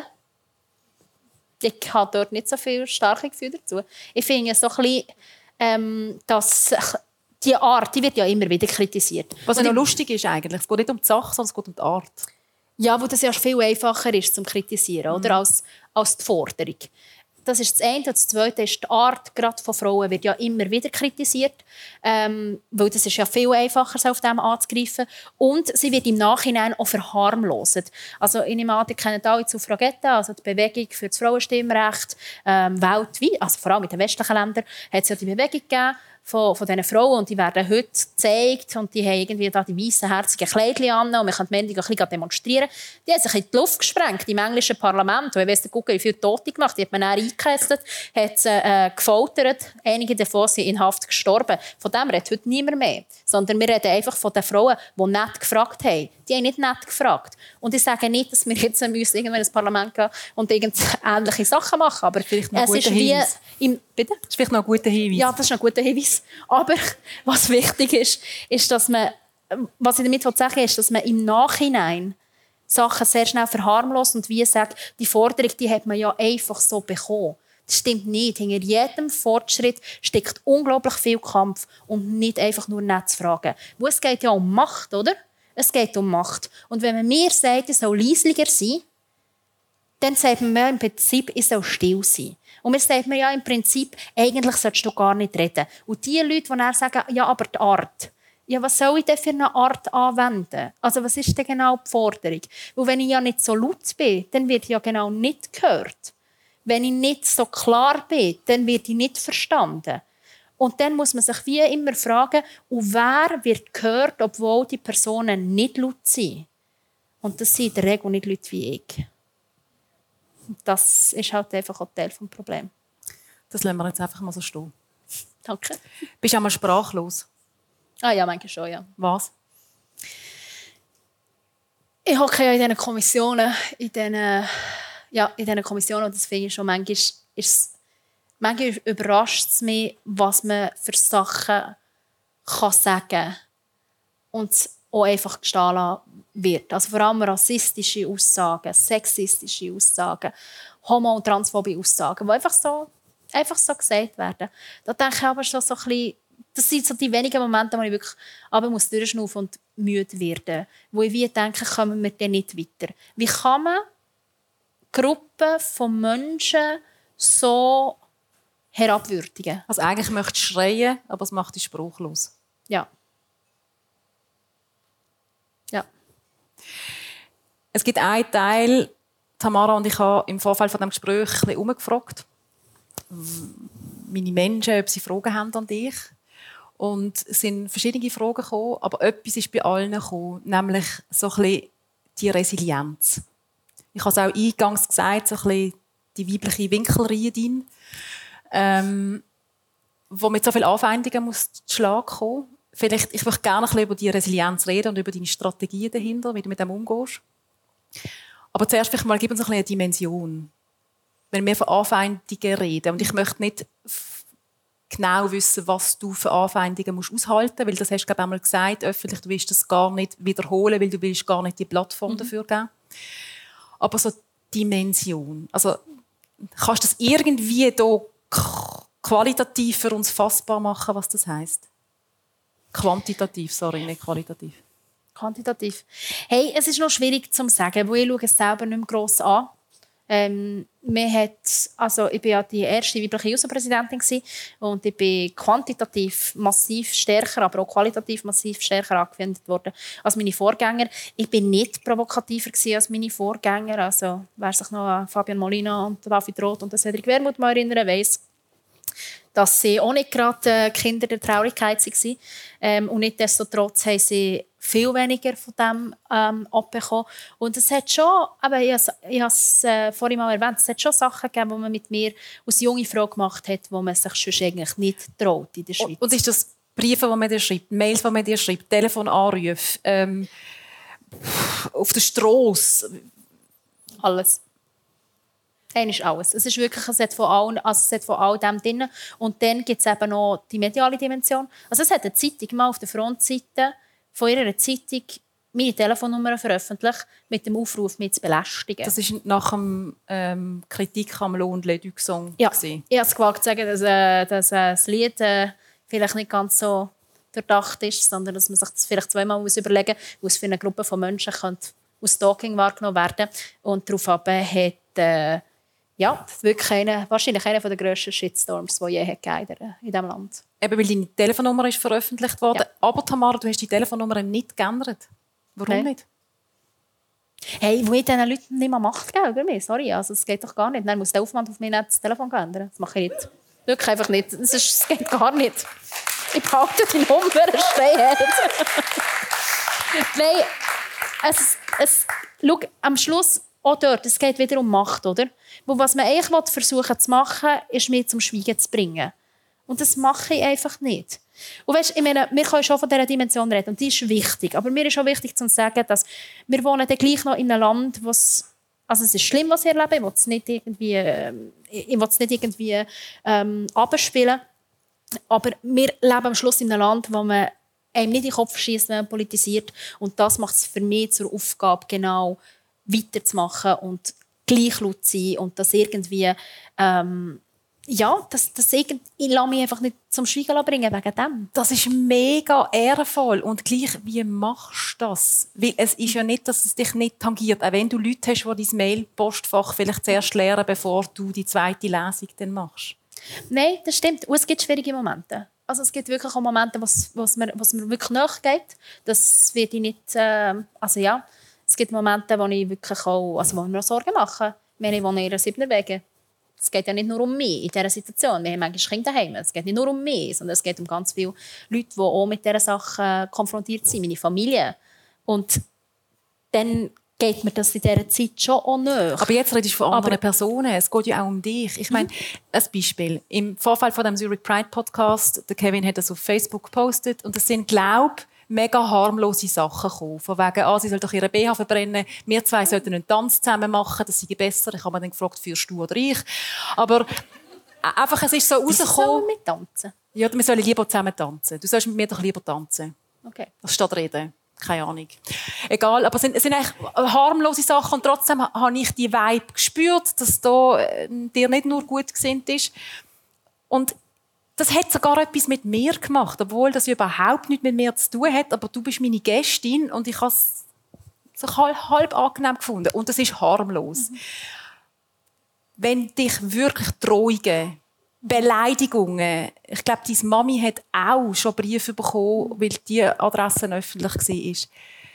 Ich habe dort nicht so viel starke Gefühle dazu. Ich finde so ein bisschen, ähm, dass die Art, die wird ja immer wieder kritisiert. Was ja noch lustig ist eigentlich, es geht nicht um die Sache, sondern es geht um die Art. Ja, wo das ja viel einfacher ist zum Kritisieren, mhm. oder? Als, als die Forderung. Das ist das eine. Und das zweite ist die Art, gerade von Frauen, wird ja immer wieder kritisiert. Ähm, weil das ist ja viel einfacher, so auf dem anzugreifen. Und sie wird im Nachhinein auch verharmloset. Also in dem Art, ihr kennt alle Suffragetta, also die Bewegung für das Frauenstimmrecht ähm, weltweit, also vor allem in den westlichen Ländern, hat es ja die Bewegung gegeben von, von diesen Frauen. Und die werden heute gezeigt und die haben irgendwie da die weißen, herzigen Kleidchen an und man kann die Männer ein bisschen demonstrieren. Die haben sich in die Luft gesprengt im englischen Parlament. Und wenn wir gucken, wie viele Tote gemacht, die hat man dann eingekesselt, hat sie äh, gefoltert. Einige davon sind in Haft gestorben. Von dem redet heute niemand mehr. Sondern wir reden einfach von den Frauen, die nett gefragt haben. Die haben nicht nett gefragt. Und ich sage nicht, dass wir jetzt müssen irgendwann ins Parlament gehen und ähnliche Sachen machen. Aber vielleicht noch es ist wie im, bitte? Das ist vielleicht noch ein guter Hinweis. Ja, das ist ein guter Hinweis. Aber was wichtig ist, ist, dass man, was ich damit sagen will, ist, dass man im Nachhinein Sachen sehr schnell verharmlost und wie sagt, die Forderung, die hat man ja einfach so bekommen. Das stimmt nicht. Hinter jedem Fortschritt steckt unglaublich viel Kampf und nicht einfach nur nett zu fragen. Wo es geht ja um Macht, oder? Es geht um Macht. Und wenn man mir sagt, ich soll leislicher sein, dann sagt man mir im Prinzip, ich soll still sein. Und mir sagt man ja im Prinzip, eigentlich solltest du gar nicht reden. Und die Leute, die dann sagen, ja, aber die Art. Ja, was soll ich denn für eine Art anwenden? Also was ist denn genau die Forderung? Weil wenn ich ja nicht so laut bin, dann wird ich ja genau nicht gehört. Wenn ich nicht so klar bin, dann wird ich nicht verstanden. Und dann muss man sich wie immer fragen, und wer wird gehört, obwohl die Personen nicht laut sind? Und das sind in der Regel nicht Leute wie ich. Das ist halt einfach ein Teil des Problems. Das lassen wir jetzt einfach mal so stehen. Danke. Bist du auch mal sprachlos? Ah ja, manchmal schon, ja. Was? Ich hocke ja in diesen Kommissionen, in diesen, ja, in diesen Kommissionen, und das finde ich schon, manchmal, ist es, manchmal überrascht es mich, was man für Sachen kann sagen kann und auch einfach gestehen lassen wird. Also vor allem rassistische Aussagen, sexistische Aussagen, homo- und transphobe Aussagen, die einfach so, einfach so gesagt werden. Da denke ich aber schon so ein bisschen, das sind so die wenigen Momente, wo ich wirklich aber muss durchschnaufen und müde werden, wo ich wie denke, kommen wir dann nicht weiter. Wie kann man Gruppen von Menschen so herabwürdigen? Also eigentlich möchtest du schreien, aber es macht dich spruchlos. Ja. Ja. Es gibt einen Teil, Tamara und ich haben im Vorfeld von dem Gespräch ein bisschen herumgefragt, meine Menschen, ob sie Fragen haben an dich. Und es sind verschiedene Fragen gekommen, aber etwas ist bei allen gekommen, nämlich so ein bisschen die Resilienz. Ich habe es auch eingangs gesagt, so ein bisschen die weibliche Winkelreihe, ähm, wo mit so vielen Anfeindungen muss zu Schlag kommen. Vielleicht, ich möchte gerne ein bisschen über die Resilienz reden und über deine Strategien dahinter, wie du mit dem umgehst. Aber zuerst vielleicht mal, gib uns ein bisschen eine Dimension. Wenn wir von Anfeindungen reden, und ich möchte nicht genau wissen, was du für Anfeindungen musst aushalten musst, weil das hast du, glaube ich, einmal gesagt, öffentlich, du willst das gar nicht wiederholen, weil du willst gar nicht die Plattform mhm. dafür geben. Aber so Dimension, also kannst du das irgendwie da qualitativ für uns fassbar machen, was das heisst? Quantitativ, sorry, nicht qualitativ. Quantitativ. Hey, es ist noch schwierig zu sagen, weil ich schaue es selber nicht mehr gross an. Ähm, man hat, also ich war ja die erste weibliche Juso-Präsidentin und ich bin quantitativ massiv stärker, aber auch qualitativ massiv stärker angewendet worden als meine Vorgänger. Ich bin nicht provokativer als meine Vorgänger. Also wer sich noch an Fabian Molina und David Roth und Cedric Wermuth mal erinnern, weiss, dass sie auch nicht gerade Kinder der Traurigkeit waren. Ähm, und nichtsdestotrotz haben sie viel weniger von dem ähm, abbekommen. Und es hat schon, aber ich habe es äh, vorhin mal erwähnt, es hat schon Sachen gegeben, die man mit mir als junge Frau gemacht hat, die man sich sonst eigentlich nicht traut in der Schweiz. Und ist das Briefe, die man dir schreibt, Mails, die man dir schreibt, Telefonanrufe, ähm, auf der Strasse? Alles. Dann ist alles. Es ist wirklich ein Set von allen, also ein Set von all dem drin. Und dann gibt es eben noch die mediale Dimension. Also es hat eine Zeitung mal auf der Frontseite von ihrer Zeitung meine Telefonnummer veröffentlicht, mit dem Aufruf, mich zu belästigen. Das war nach dem ähm, Kritik am Lohn Leduc-Song. Ja, ich habe es gewagt zu sagen, dass, äh, dass äh, das Lied äh, vielleicht nicht ganz so durchdacht ist, sondern dass man sich das vielleicht zweimal muss überlegen muss, was für eine Gruppe von Menschen könnte aus Stalking wahrgenommen werden. Und daraufhin hat äh, ja, wirklich eine, wahrscheinlich einer der grössten Shitstorms, die je gegeben in diesem Land. Eben, weil deine Telefonnummer ist veröffentlicht worden. Ja. Aber Tamara, du hast die Telefonnummer nicht geändert. Warum Nein. nicht? Hey, wo ich diesen Leuten nicht mehr Macht geben über mich. Sorry, also, das geht doch gar nicht. Dann muss der Aufwand auf mich nicht das Telefon ändern. Das mache ich nicht. Wirklich einfach nicht. Das, ist, das geht gar nicht. Ich behalte die Nummer, stehen. Nein, es, es, schau, am Schluss auch dort, es geht wieder um Macht, oder? Wo was man eigentlich versuchen zu machen, ist mich zum Schweigen zu bringen. Und das mache ich einfach nicht. Und weißt, ich meine, wir können schon von dieser Dimension reden und die ist wichtig. Aber mir ist auch wichtig zu sagen, dass wir wohnen dann gleich noch in einem Land, was also es ist schlimm, was ich erlebe. Ich will es nicht irgendwie, äh, ich will es nicht irgendwie ähm, abspielen. Aber wir leben am Schluss in einem Land, wo man einem nicht in den Kopf schießt, wenn man politisiert. Und das macht es für mich zur Aufgabe, genau weiterzumachen und gleich laut zu sein und das irgendwie ähm, ja, das, das irgend, ich lasse mich einfach nicht zum Schweigen bringen wegen dem. Das ist mega ehrenvoll. Und gleich, wie machst du das? Weil es ist ja nicht, dass es dich nicht tangiert. Auch wenn du Leute hast, die dein Mail-Postfach vielleicht zuerst leeren, bevor du die zweite Lesung dann machst. Nein, das stimmt. Und es gibt schwierige Momente. Also es gibt wirklich auch Momente, wo es mir, mir wirklich nachgeht. Das wird ich nicht... Äh, also ja, es gibt Momente, wo ich wirklich auch... Also wo ich mir auch Sorgen mache. Ich wohne in einer Siebener Wege. Es geht ja nicht nur um mich in dieser Situation. Wir haben manchmal Kinder daheim. Es geht nicht nur um mich, sondern es geht um ganz viele Leute, die auch mit dieser Sache konfrontiert sind, meine Familie. Und dann geht mir das in dieser Zeit schon auch nach. Aber jetzt redest du von anderen Aber Personen. Es geht ja auch um dich. Ich meine, ein Beispiel. Im Vorfall von dem Zurich Pride Podcast, der Kevin hat das auf Facebook gepostet und es sind, glaube ich, mega harmlose Sachen gekommen. Von wegen, ah, sie soll doch ihren B H verbrennen, wir zwei sollten einen Tanz zusammen machen, das sei besser. Ich habe mir dann gefragt, führst du oder ich? Aber einfach, es ist so rausgekommen... Sollen wir mit tanzen? Ja, wir sollen lieber zusammen tanzen. Du sollst mit mir doch lieber tanzen. Okay. Statt reden. Keine Ahnung. Egal, aber es sind, es sind eigentlich harmlose Sachen und trotzdem habe ich die Vibe gespürt, dass da äh, dir nicht nur gut gesinnt ist. Und das hat sogar etwas mit mir gemacht, obwohl das überhaupt nichts mit mir zu tun hat. Aber du bist meine Gästin und ich habe es so halb, halb angenehm gefunden. Und das ist harmlos. Mhm. Wenn dich wirklich Drohungen, Beleidigungen, ich glaube, deine Mami hat auch schon Briefe bekommen, weil die Adresse öffentlich war.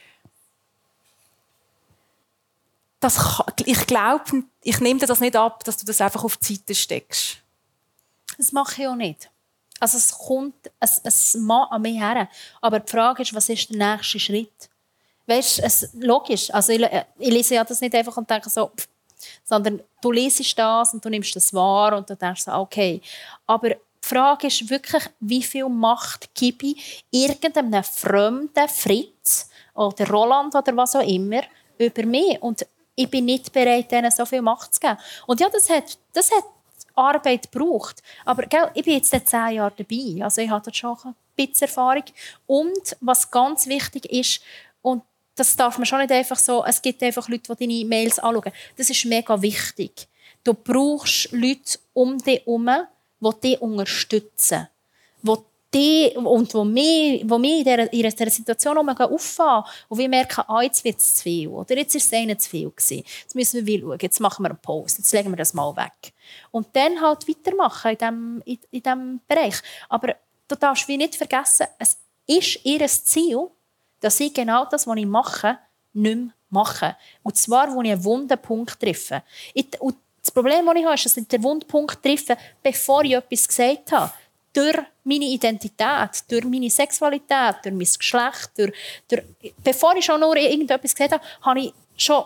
Das, ich glaube, ich nehme dir das nicht ab, dass du das einfach auf die Seite steckst. Das mache ich auch nicht. Also es kommt es, es an mich her. Aber die Frage ist, was ist der nächste Schritt? Weißt, es logisch. Also ich, ich lese ja das nicht einfach und denke so, pff, sondern du liest das und du nimmst das wahr und du denkst so, okay. Aber die Frage ist wirklich, wie viel Macht gebe ich irgendeinem fremden Fritz oder Roland oder was auch immer über mich? Und ich bin nicht bereit, ihnen so viel Macht zu geben. Und ja, das hat, das hat Arbeit braucht. Aber gell, ich bin jetzt seit zehn Jahren dabei. Also ich habe schon ein bisschen Erfahrung. Und was ganz wichtig ist, und das darf man schon nicht einfach so, es gibt einfach Leute, die deine Mails anschauen. Das ist mega wichtig. Du brauchst Leute um dich herum, die dich unterstützen. Die die, und die mich, die mich in dieser, in dieser Situation auffahren und wir merken, ah, jetzt wird es zu viel oder jetzt ist es ihnen zu viel gewesen. Jetzt müssen wir schauen, jetzt machen wir einen Post, jetzt legen wir das mal weg. Und dann halt weitermachen in diesem, in, in diesem Bereich. Aber du darfst wie nicht vergessen, es ist ihr Ziel, dass ich genau das, was ich mache, nicht mehr mache. Und zwar, wo ich einen wunden Punkt treffe. Ich, und das Problem, das ich habe, ist, dass ich den wunden Punkt treffe, bevor ich etwas gesagt habe. durch meine Identität, durch meine Sexualität, durch mein Geschlecht, durch, durch, bevor ich schon nur irgendetwas gesehen habe, habe ich schon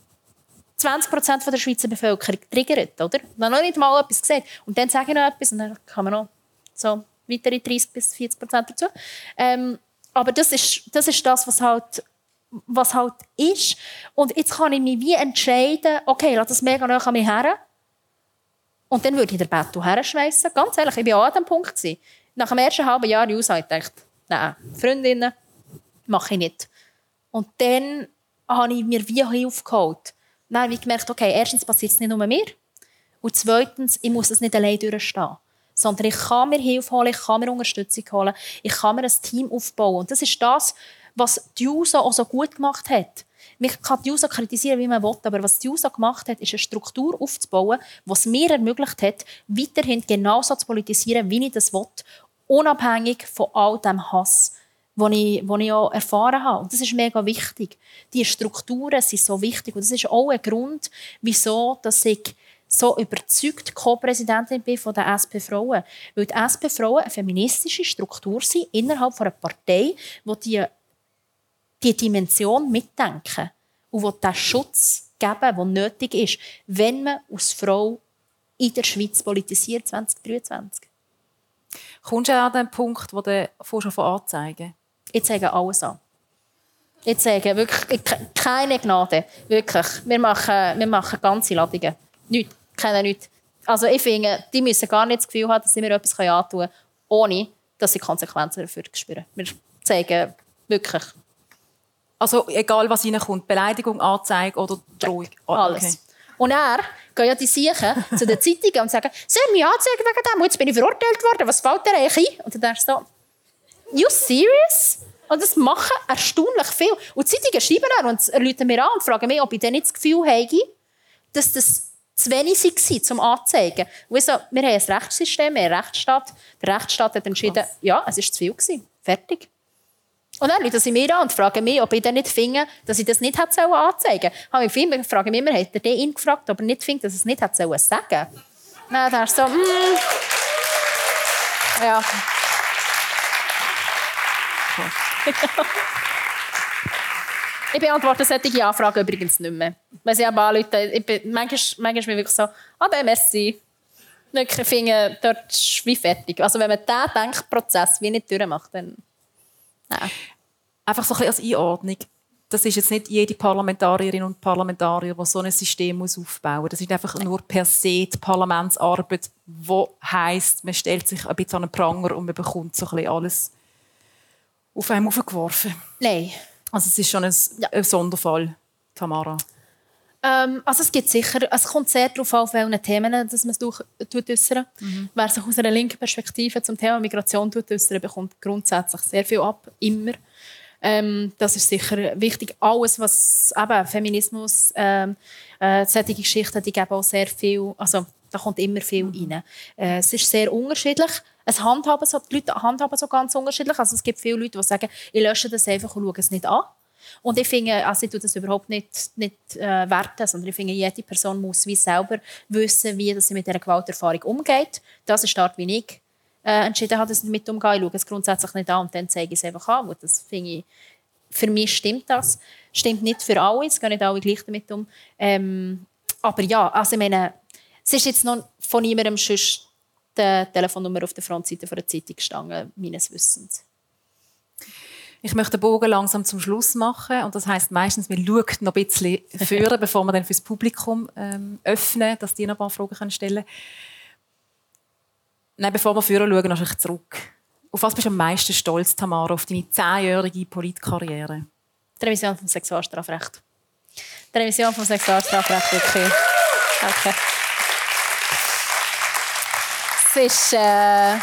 zwanzig Prozent der Schweizer Bevölkerung triggert, oder? Ich habe noch nicht mal etwas gesehen. Und dann sage ich noch etwas und dann kann man noch so weitere dreißig bis vierzig Prozent dazu. Ähm, aber das ist, das ist das, was halt, was halt ist. Und jetzt kann ich mich wie entscheiden, okay, lass das mega nah an mich her. Und dann würde ich den Betto herschmeissen. Ganz ehrlich, ich war auch an diesem Punkt. Nach dem ersten halben Jahr Jus habe ich gedacht, nein, Freundinnen mache ich nicht. Und dann habe ich mir wie Hilfe geholt. Dann habe ich gemerkt, okay, erstens passiert es nicht nur mir. Und zweitens, ich muss es nicht allein durchstehen. Sondern ich kann mir Hilfe holen, ich kann mir Unterstützung holen, ich kann mir ein Team aufbauen. Und das ist das, was die Juso auch so gut gemacht hat. Man kann die Juso kritisieren, wie man will, aber was die Juso gemacht hat, ist eine Struktur aufzubauen, was mir ermöglicht hat, weiterhin genauso zu politisieren, wie ich das will, unabhängig von all dem Hass, den ich, den ich auch erfahren habe. Und das ist mega wichtig. Die Strukturen sind so wichtig. Und das ist auch ein Grund, wieso dass ich so überzeugt Co-Präsidentin bin von der S P-Frauen. Weil die S P-Frauen eine feministische Struktur sind, innerhalb einer Partei, die die, die Dimension mitdenken und die den Schutz geben, der nötig ist, wenn man als Frau in der Schweiz politisiert zwanzig dreiundzwanzig. Kommst du an den Punkt, wo du schon von Anzeigen? Ich zeige alles an. Ich zeige wirklich keine Gnade. Wirklich. Wir machen, wir machen ganze Ladungen. Nichts. Kennen nichts. Also ich finde, die müssen gar nicht das Gefühl haben, dass sie mir etwas antun können, ohne dass sie Konsequenzen dafür spüren. Wir zeigen wirklich. Also egal, was reinkommt, Beleidigung, Anzeige oder Drohung? Alles. Okay. Und er gehen ja die Siechen zu den Zeitungen und sagen, «Sie haben mich angezeigt wegen dem, jetzt bin ich verurteilt worden, was fällt dir eigentlich ein?» Und dann denkst du so, «You serious?» Und das machen erstaunlich viel. Und die Zeitungen schreiben dann und rufen mir an und fragen mich, ob ich dann nicht das Gefühl habe, dass das zu wenig war, zum Anzeigen. Und so, wir haben ein Rechtssystem, wir haben einen Rechtsstaat. Der Rechtsstaat hat entschieden, was? Ja, es war zu viel gewesen. Fertig. Und dann rufen sie mir an und fragen mich, ob ich dann nicht finde, dass ich das nicht hätte anzeigen sollen. Ich viele fragen mich immer, hat er ihn gefragt, ob er nicht findet, dass er es nicht hätte sagen sollen. Dann dachte ich so, mm, ja. Ich beantworte solche Anfragen übrigens nicht mehr. Wenn sie aber anrufen, ich bin, manchmal, manchmal bin ich wirklich so, ah, ben, merci. Ich finde, dort ist wie fertig. Also wenn man diesen Denkprozess wie nicht durchmacht, dann... Nein. Einfach so ein bisschen als Einordnung. Das ist jetzt nicht jede Parlamentarierin und Parlamentarier, die so ein System aufbauen muss. Das ist einfach nur per se die Parlamentsarbeit, die heisst, man stellt sich ein bisschen an einen Pranger und man bekommt so ein bisschen alles auf einem aufgeworfen. Nein. Also es ist schon ein, ja. ein Sonderfall, Tamara. Ähm, also es gibt sicher, es kommt sehr darauf an, auf welchen Themen dass man es äußert. Mhm. Wer sich aus einer linken Perspektive zum Thema Migration äußert, bekommt grundsätzlich sehr viel ab, immer. Ähm, das ist sicher wichtig. Alles, was eben Feminismus, ähm, äh, solche Geschichten, die geben auch sehr viel, also da kommt immer viel mhm. rein. Äh, es ist sehr unterschiedlich. Es handhaben so, die Leute handhaben so ganz unterschiedlich. Also es gibt viele Leute, die sagen, ich lösche das einfach und schaue es nicht an. Und ich finde, also ich tue das überhaupt nicht, nicht äh, werten, sondern ich finde, jede Person muss wie selber wissen, wie sie mit dieser Gewalterfahrung umgeht. Das ist die Art, wie ich äh, entschieden habe, dass ich damit umgehe. Ich schaue es grundsätzlich nicht an und dann zeige ich es einfach an. Und das finde ich, für mich stimmt das. Stimmt nicht für alle, es gehen nicht alle gleich damit um. Ähm, aber ja, also ich meine, es ist jetzt noch von niemandem sonst die Telefonnummer auf der Frontseite der Zeitung gestanden, meines Wissens. Ich möchte den Bogen langsam zum Schluss machen. Und das heisst meistens, wir schauen noch ein bisschen führen, bevor wir dann fürs Publikum ähm, öffnen, dass die noch ein paar Fragen stellen können. Nein, bevor wir führen schauen, noch ein zurück. Auf was bist du am meisten stolz, Tamara, auf deine zehnjährige Politkarriere? Die Revision vom Sexualstrafrecht. Die Revision vom Sexualstrafrecht, okay. Okay. Es ist äh,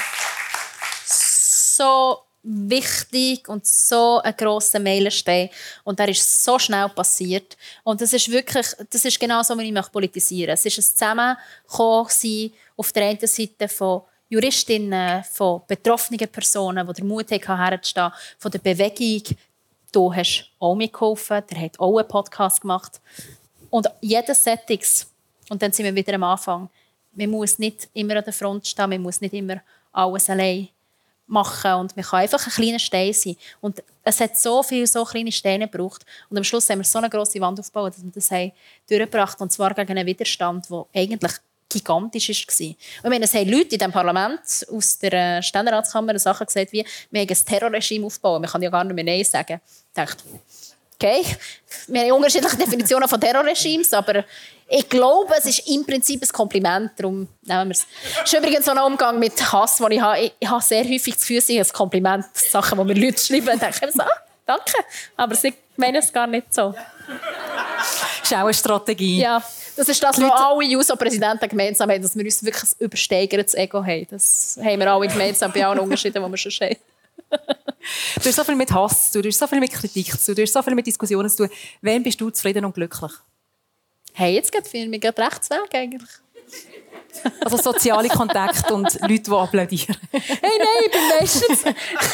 so wichtig und so ein grosser Meilenstein. Und der ist so schnell passiert. Und das ist wirklich, das ist genau so, wie ich politisieren möchte. Es ist ein Zusammenkommen auf der einen Seite von Juristinnen, von betroffenen Personen, die den Mut haben, herzustehen, von der Bewegung. Du hast auch mitgeholfen, der hat auch einen Podcast gemacht. Und jedes Settings, und dann sind wir wieder am Anfang, man muss nicht immer an der Front stehen, man muss nicht immer alles allein machen und man kann einfach ein kleiner Stein sein. Und es hat so viele so kleine Steine gebraucht. Und am Schluss haben wir so eine grosse Wand aufgebaut, dass wir das haben durchgebracht haben. Und zwar gegen einen Widerstand, der eigentlich gigantisch war. Und ich meine, es haben Leute in diesem Parlament aus der Ständeratskammer Sachen gesagt, wie wir haben ein Terrorregime aufbauen. Man kann ja gar nicht mehr Nein sagen. Ich dachte, okay, wir haben unterschiedliche Definitionen von Terrorregimes, aber ich glaube, es ist im Prinzip ein Kompliment. Darum nehmen wir es. Es ist übrigens so ein Umgang mit Hass, den ich habe. Ich habe sehr häufig das Gefühl, es ist ein Kompliment. Sachen, die mir Leute schreiben, und denke ich so, ah, danke. Aber sie meinen es gar nicht so. Das ist auch eine Strategie. Ja, das ist das, was alle Juso-Präsidenten gemeinsam haben, dass wir uns wirklich ein übersteigertes Ego haben. Das haben wir alle gemeinsam bei allen Unterschieden, die wir schon haben. Du hast so viel mit Hass zu tun, du hast so viel mit Kritik zu tun, du hast so viel mit Diskussionen zu tun. Wann bist du zufrieden und glücklich? Hey, jetzt geht es mir gerade rechts weg eigentlich. Also soziale Kontakte und Leute, die applaudieren. Hey, nein, ich bin meistens...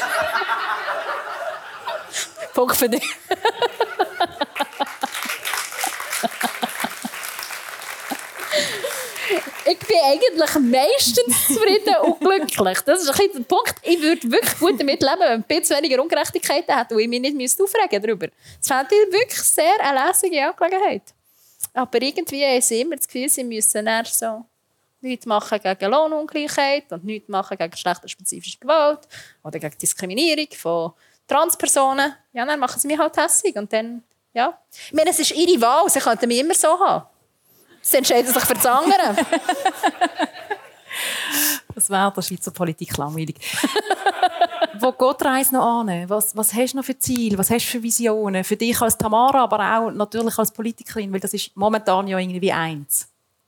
Punkt für dich. Ich bin eigentlich meistens zufrieden und glücklich. Das ist ein bisschen der Punkt. Ich würde wirklich gut damit leben, wenn wir ein bisschen weniger Ungerechtigkeiten hätten und ich mich nicht aufregen darüber. Das fände ich wirklich sehr eine lässige Angelegenheit. Aber irgendwie haben sie immer das Gefühl, sie müssen eher so nichts machen gegen Lohnungleichheit und nichts machen gegen geschlechterspezifische Gewalt oder gegen Diskriminierung von Transpersonen. Ja, dann machen sie mich halt hässig. Und dann, ja. Ich meine, es ist ihre Wahl. Sie könnten mich immer so haben. Sie entscheiden sich für das andere. Das wäre der Schweizer Politik langweilig. Wo geht die Reise noch an? Was, was hast du noch für Ziele? Was hast du für Visionen? Für dich als Tamara, aber auch natürlich als Politikerin, weil das ist momentan ja irgendwie eins.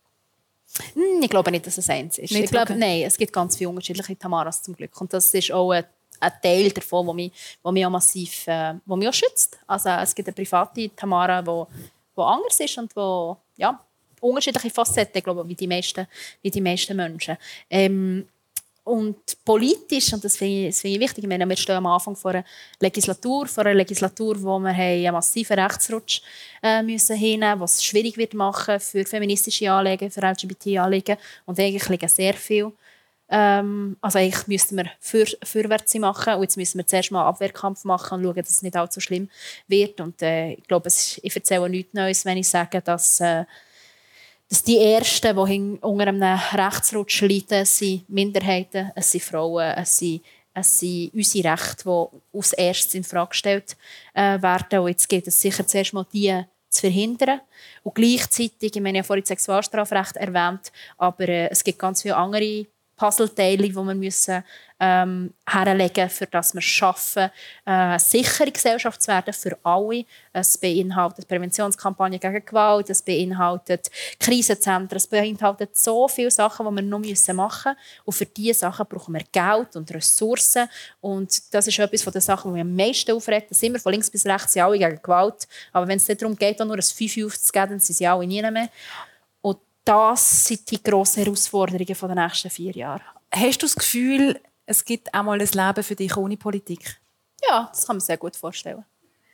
Ich glaube nicht, dass es eins ist. Nicht ich glaube, okay. Nein, es gibt ganz viele unterschiedliche Tamaras zum Glück. Und das ist auch ein, ein Teil davon, der mich, der mich auch massiv äh, der mich auch schützt. Also, es gibt eine private Tamara, die anders ist und wo, ja, unterschiedliche Facetten, glaube ich, wie die meisten, wie die meisten Menschen. Ähm, und politisch, und das finde ich, find ich wichtig, ich meine, wir stehen am Anfang vor einer Legislatur, vor einer Legislatur, wo wir einen massiven Rechtsrutsch äh, müssen hinnehmen, was es schwierig wird machen für feministische Anliegen, für L G B T-Anliegen. Und eigentlich liegen sehr viel. Ähm, also eigentlich müssten wir für, Fürwärts machen und jetzt müssen wir zuerst mal einen Abwehrkampf machen und schauen, dass es nicht allzu schlimm wird. Und äh, ich glaube, es ist, ich erzähle nichts Neues, wenn ich sage, dass äh, dass die Ersten, die unter einem Rechtsrutsch leiden, sind Minderheiten, es sind Frauen, es sind, es sind unsere Rechte, die als erstes in Frage gestellt äh, werden. Und jetzt geht es sicher zuerst mal, die zu verhindern. Und gleichzeitig, ich meine, ich habe vorhin das Sexualstrafrecht erwähnt, aber äh, es gibt ganz viele andere Puzzleteile, die wir müssen, ähm, herlegen müssen, für das wir schaffen, äh, eine sichere Gesellschaft zu werden für alle. Es beinhaltet Präventionskampagnen gegen Gewalt, es beinhaltet Krisenzentren, es beinhaltet so viele Sachen, die wir noch machen müssen. Und für diese Sachen brauchen wir Geld und Ressourcen. Und das ist etwas von den Sachen, die mich am meisten aufregt. Da sind wir von links bis rechts sind alle gegen Gewalt. Aber wenn es nicht darum geht, nur ein Fünf aufzugeben, dann sind sie alle nie mehr. Und das sind die grossen Herausforderungen der nächsten vier Jahre. Hast du das Gefühl, es gibt auch mal ein Leben für dich ohne Politik? Ja, das kann man sehr gut vorstellen.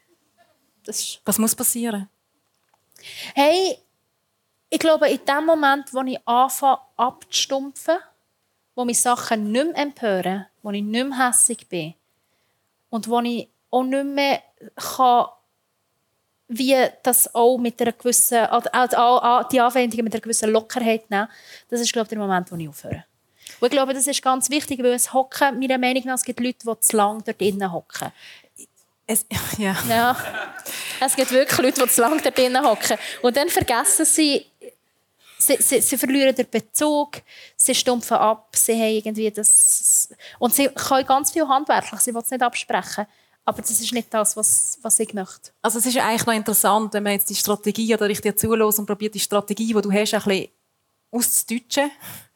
Das ist Was muss passieren? Hey, ich glaube, in dem Moment, wo ich anfange abzustumpfen, wo mich Sachen nicht mehr empören, wo ich nicht mehr hässig bin und wo ich auch nicht mehr kann, wie das auch mit einer gewissen, also die Anwendungen mit einer gewissen Lockerheit nehmen, das ist, glaube ich, der Moment, wo ich aufhöre. Und ich glaube, das ist ganz wichtig, weil es hocken, meiner Meinung nach, es gibt Leute, die zu lange dort drinnen hocken. Es, ja. Ja. Es gibt wirklich Leute, die zu lange dort drinnen hocken. Und dann vergessen sie, sie, sie, sie verlieren den Bezug, sie stumpfen ab, sie haben irgendwie das... Und sie können ganz viel handwerklich, sie wollen es nicht absprechen. Aber das ist nicht das, was, was ich möchte. Also es ist eigentlich noch interessant, wenn man jetzt die Strategie, oder ich dir zuhöre und probiert die Strategie, die du hast, ein bisschen auszudeutschen.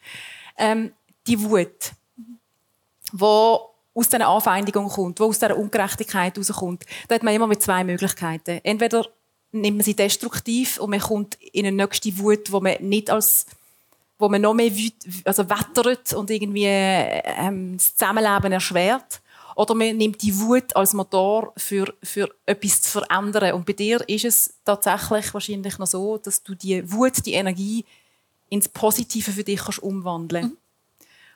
Ähm, die Wut, die aus diesen Anfeindungen kommt, die aus dieser Ungerechtigkeit herauskommt, da hat man immer mit zwei Möglichkeiten. Entweder nimmt man sie destruktiv und man kommt in eine nächste Wut, wo man nicht als wo man noch mehr wüt, also wettert und irgendwie ähm, das Zusammenleben erschwert. Oder man nimmt die Wut als Motor für, für etwas zu verändern. Und bei dir ist es tatsächlich wahrscheinlich noch so, dass du die Wut, die Energie ins Positive für dich kannst umwandeln kannst. Mhm.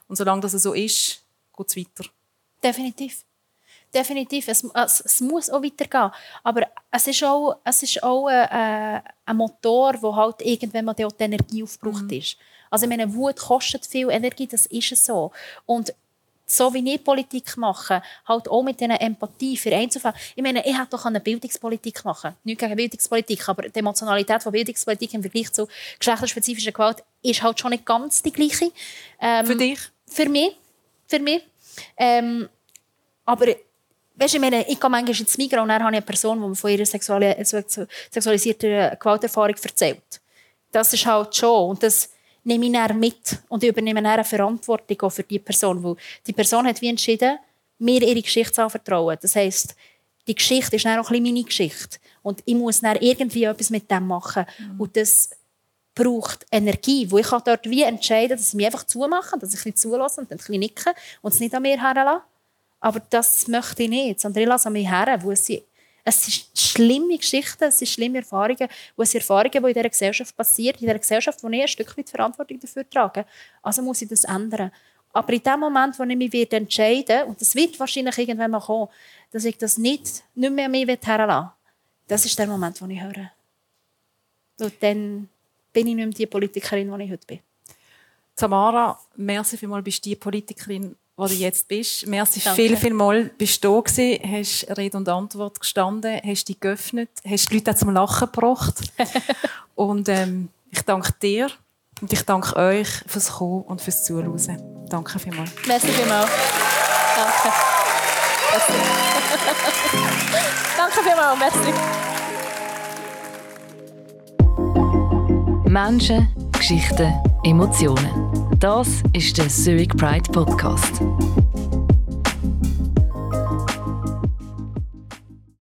Und solange das so ist, geht es weiter. Definitiv. Definitiv. Es, es, es muss auch weitergehen. Aber es ist auch, es ist auch äh, ein Motor, der halt irgendwann mal die Energie aufgebraucht mhm. ist. Also ich meine, Wut kostet viel Energie, das ist so. Und so wie ich Politik mache, halt auch mit dieser Empathie für Einzelfälle. Ich meine, ich hätte doch eine Bildungspolitik machen können. Nicht gegen Bildungspolitik, aber die Emotionalität von Bildungspolitik im Vergleich zu geschlechterspezifischer Gewalt ist halt schon nicht ganz die gleiche. Ähm, für dich? Für mich. Für mich. Ähm, aber weißt du, ich meine, ich gehe manchmal ins Migros und dann habe ich eine Person, die mir von ihrer sexuali- sexualisierten Gewalterfahrung erzählt. Das ist halt schon. Und das nehme ich dann mit und ich übernehme dann eine Verantwortung auch für die Person. Weil die Person hat wie entschieden, mir ihre Geschichte zu anvertrauen. Das heisst, die Geschichte ist dann auch ein bisschen meine Geschichte. Und ich muss dann irgendwie etwas mit dem machen. Mhm. Und das braucht Energie. Wo ich kann dort wie entscheiden, dass ich mich einfach zumache, dass ich ein bisschen zulasse und dann ein bisschen nicke und es nicht an mir herlasse. Aber das möchte ich nicht, sondern ich lasse an mich her. Wo es, es sind schlimme Geschichten, es sind schlimme Erfahrungen, wo es Erfahrungen, die in dieser Gesellschaft passieren, in dieser Gesellschaft, wo ich ein Stück weit Verantwortung dafür trage. Also muss ich das ändern. Aber in dem Moment, wo ich mich entscheiden werde, und das wird wahrscheinlich irgendwann mal kommen, dass ich das nicht, nicht mehr an mich herlasse, das ist der Moment, wo ich höre. Und dann bin ich nicht mehr die Politikerin, die ich heute bin. Tamara, merci vielmals, bist du die Politikerin, wo du jetzt bist. Merci viel, viel mal, bist du da gewesen, hast Rede und Antwort gestanden, hast dich geöffnet, hast die Leute auch zum Lachen gebracht. Und ähm, ich danke dir und ich danke euch fürs Kommen und fürs Zuhören. Danke vielmals. Merci vielmals. Danke. Danke vielmals. Merci. Menschen, Geschichten, Emotionen. Das ist der Zurich Pride Podcast.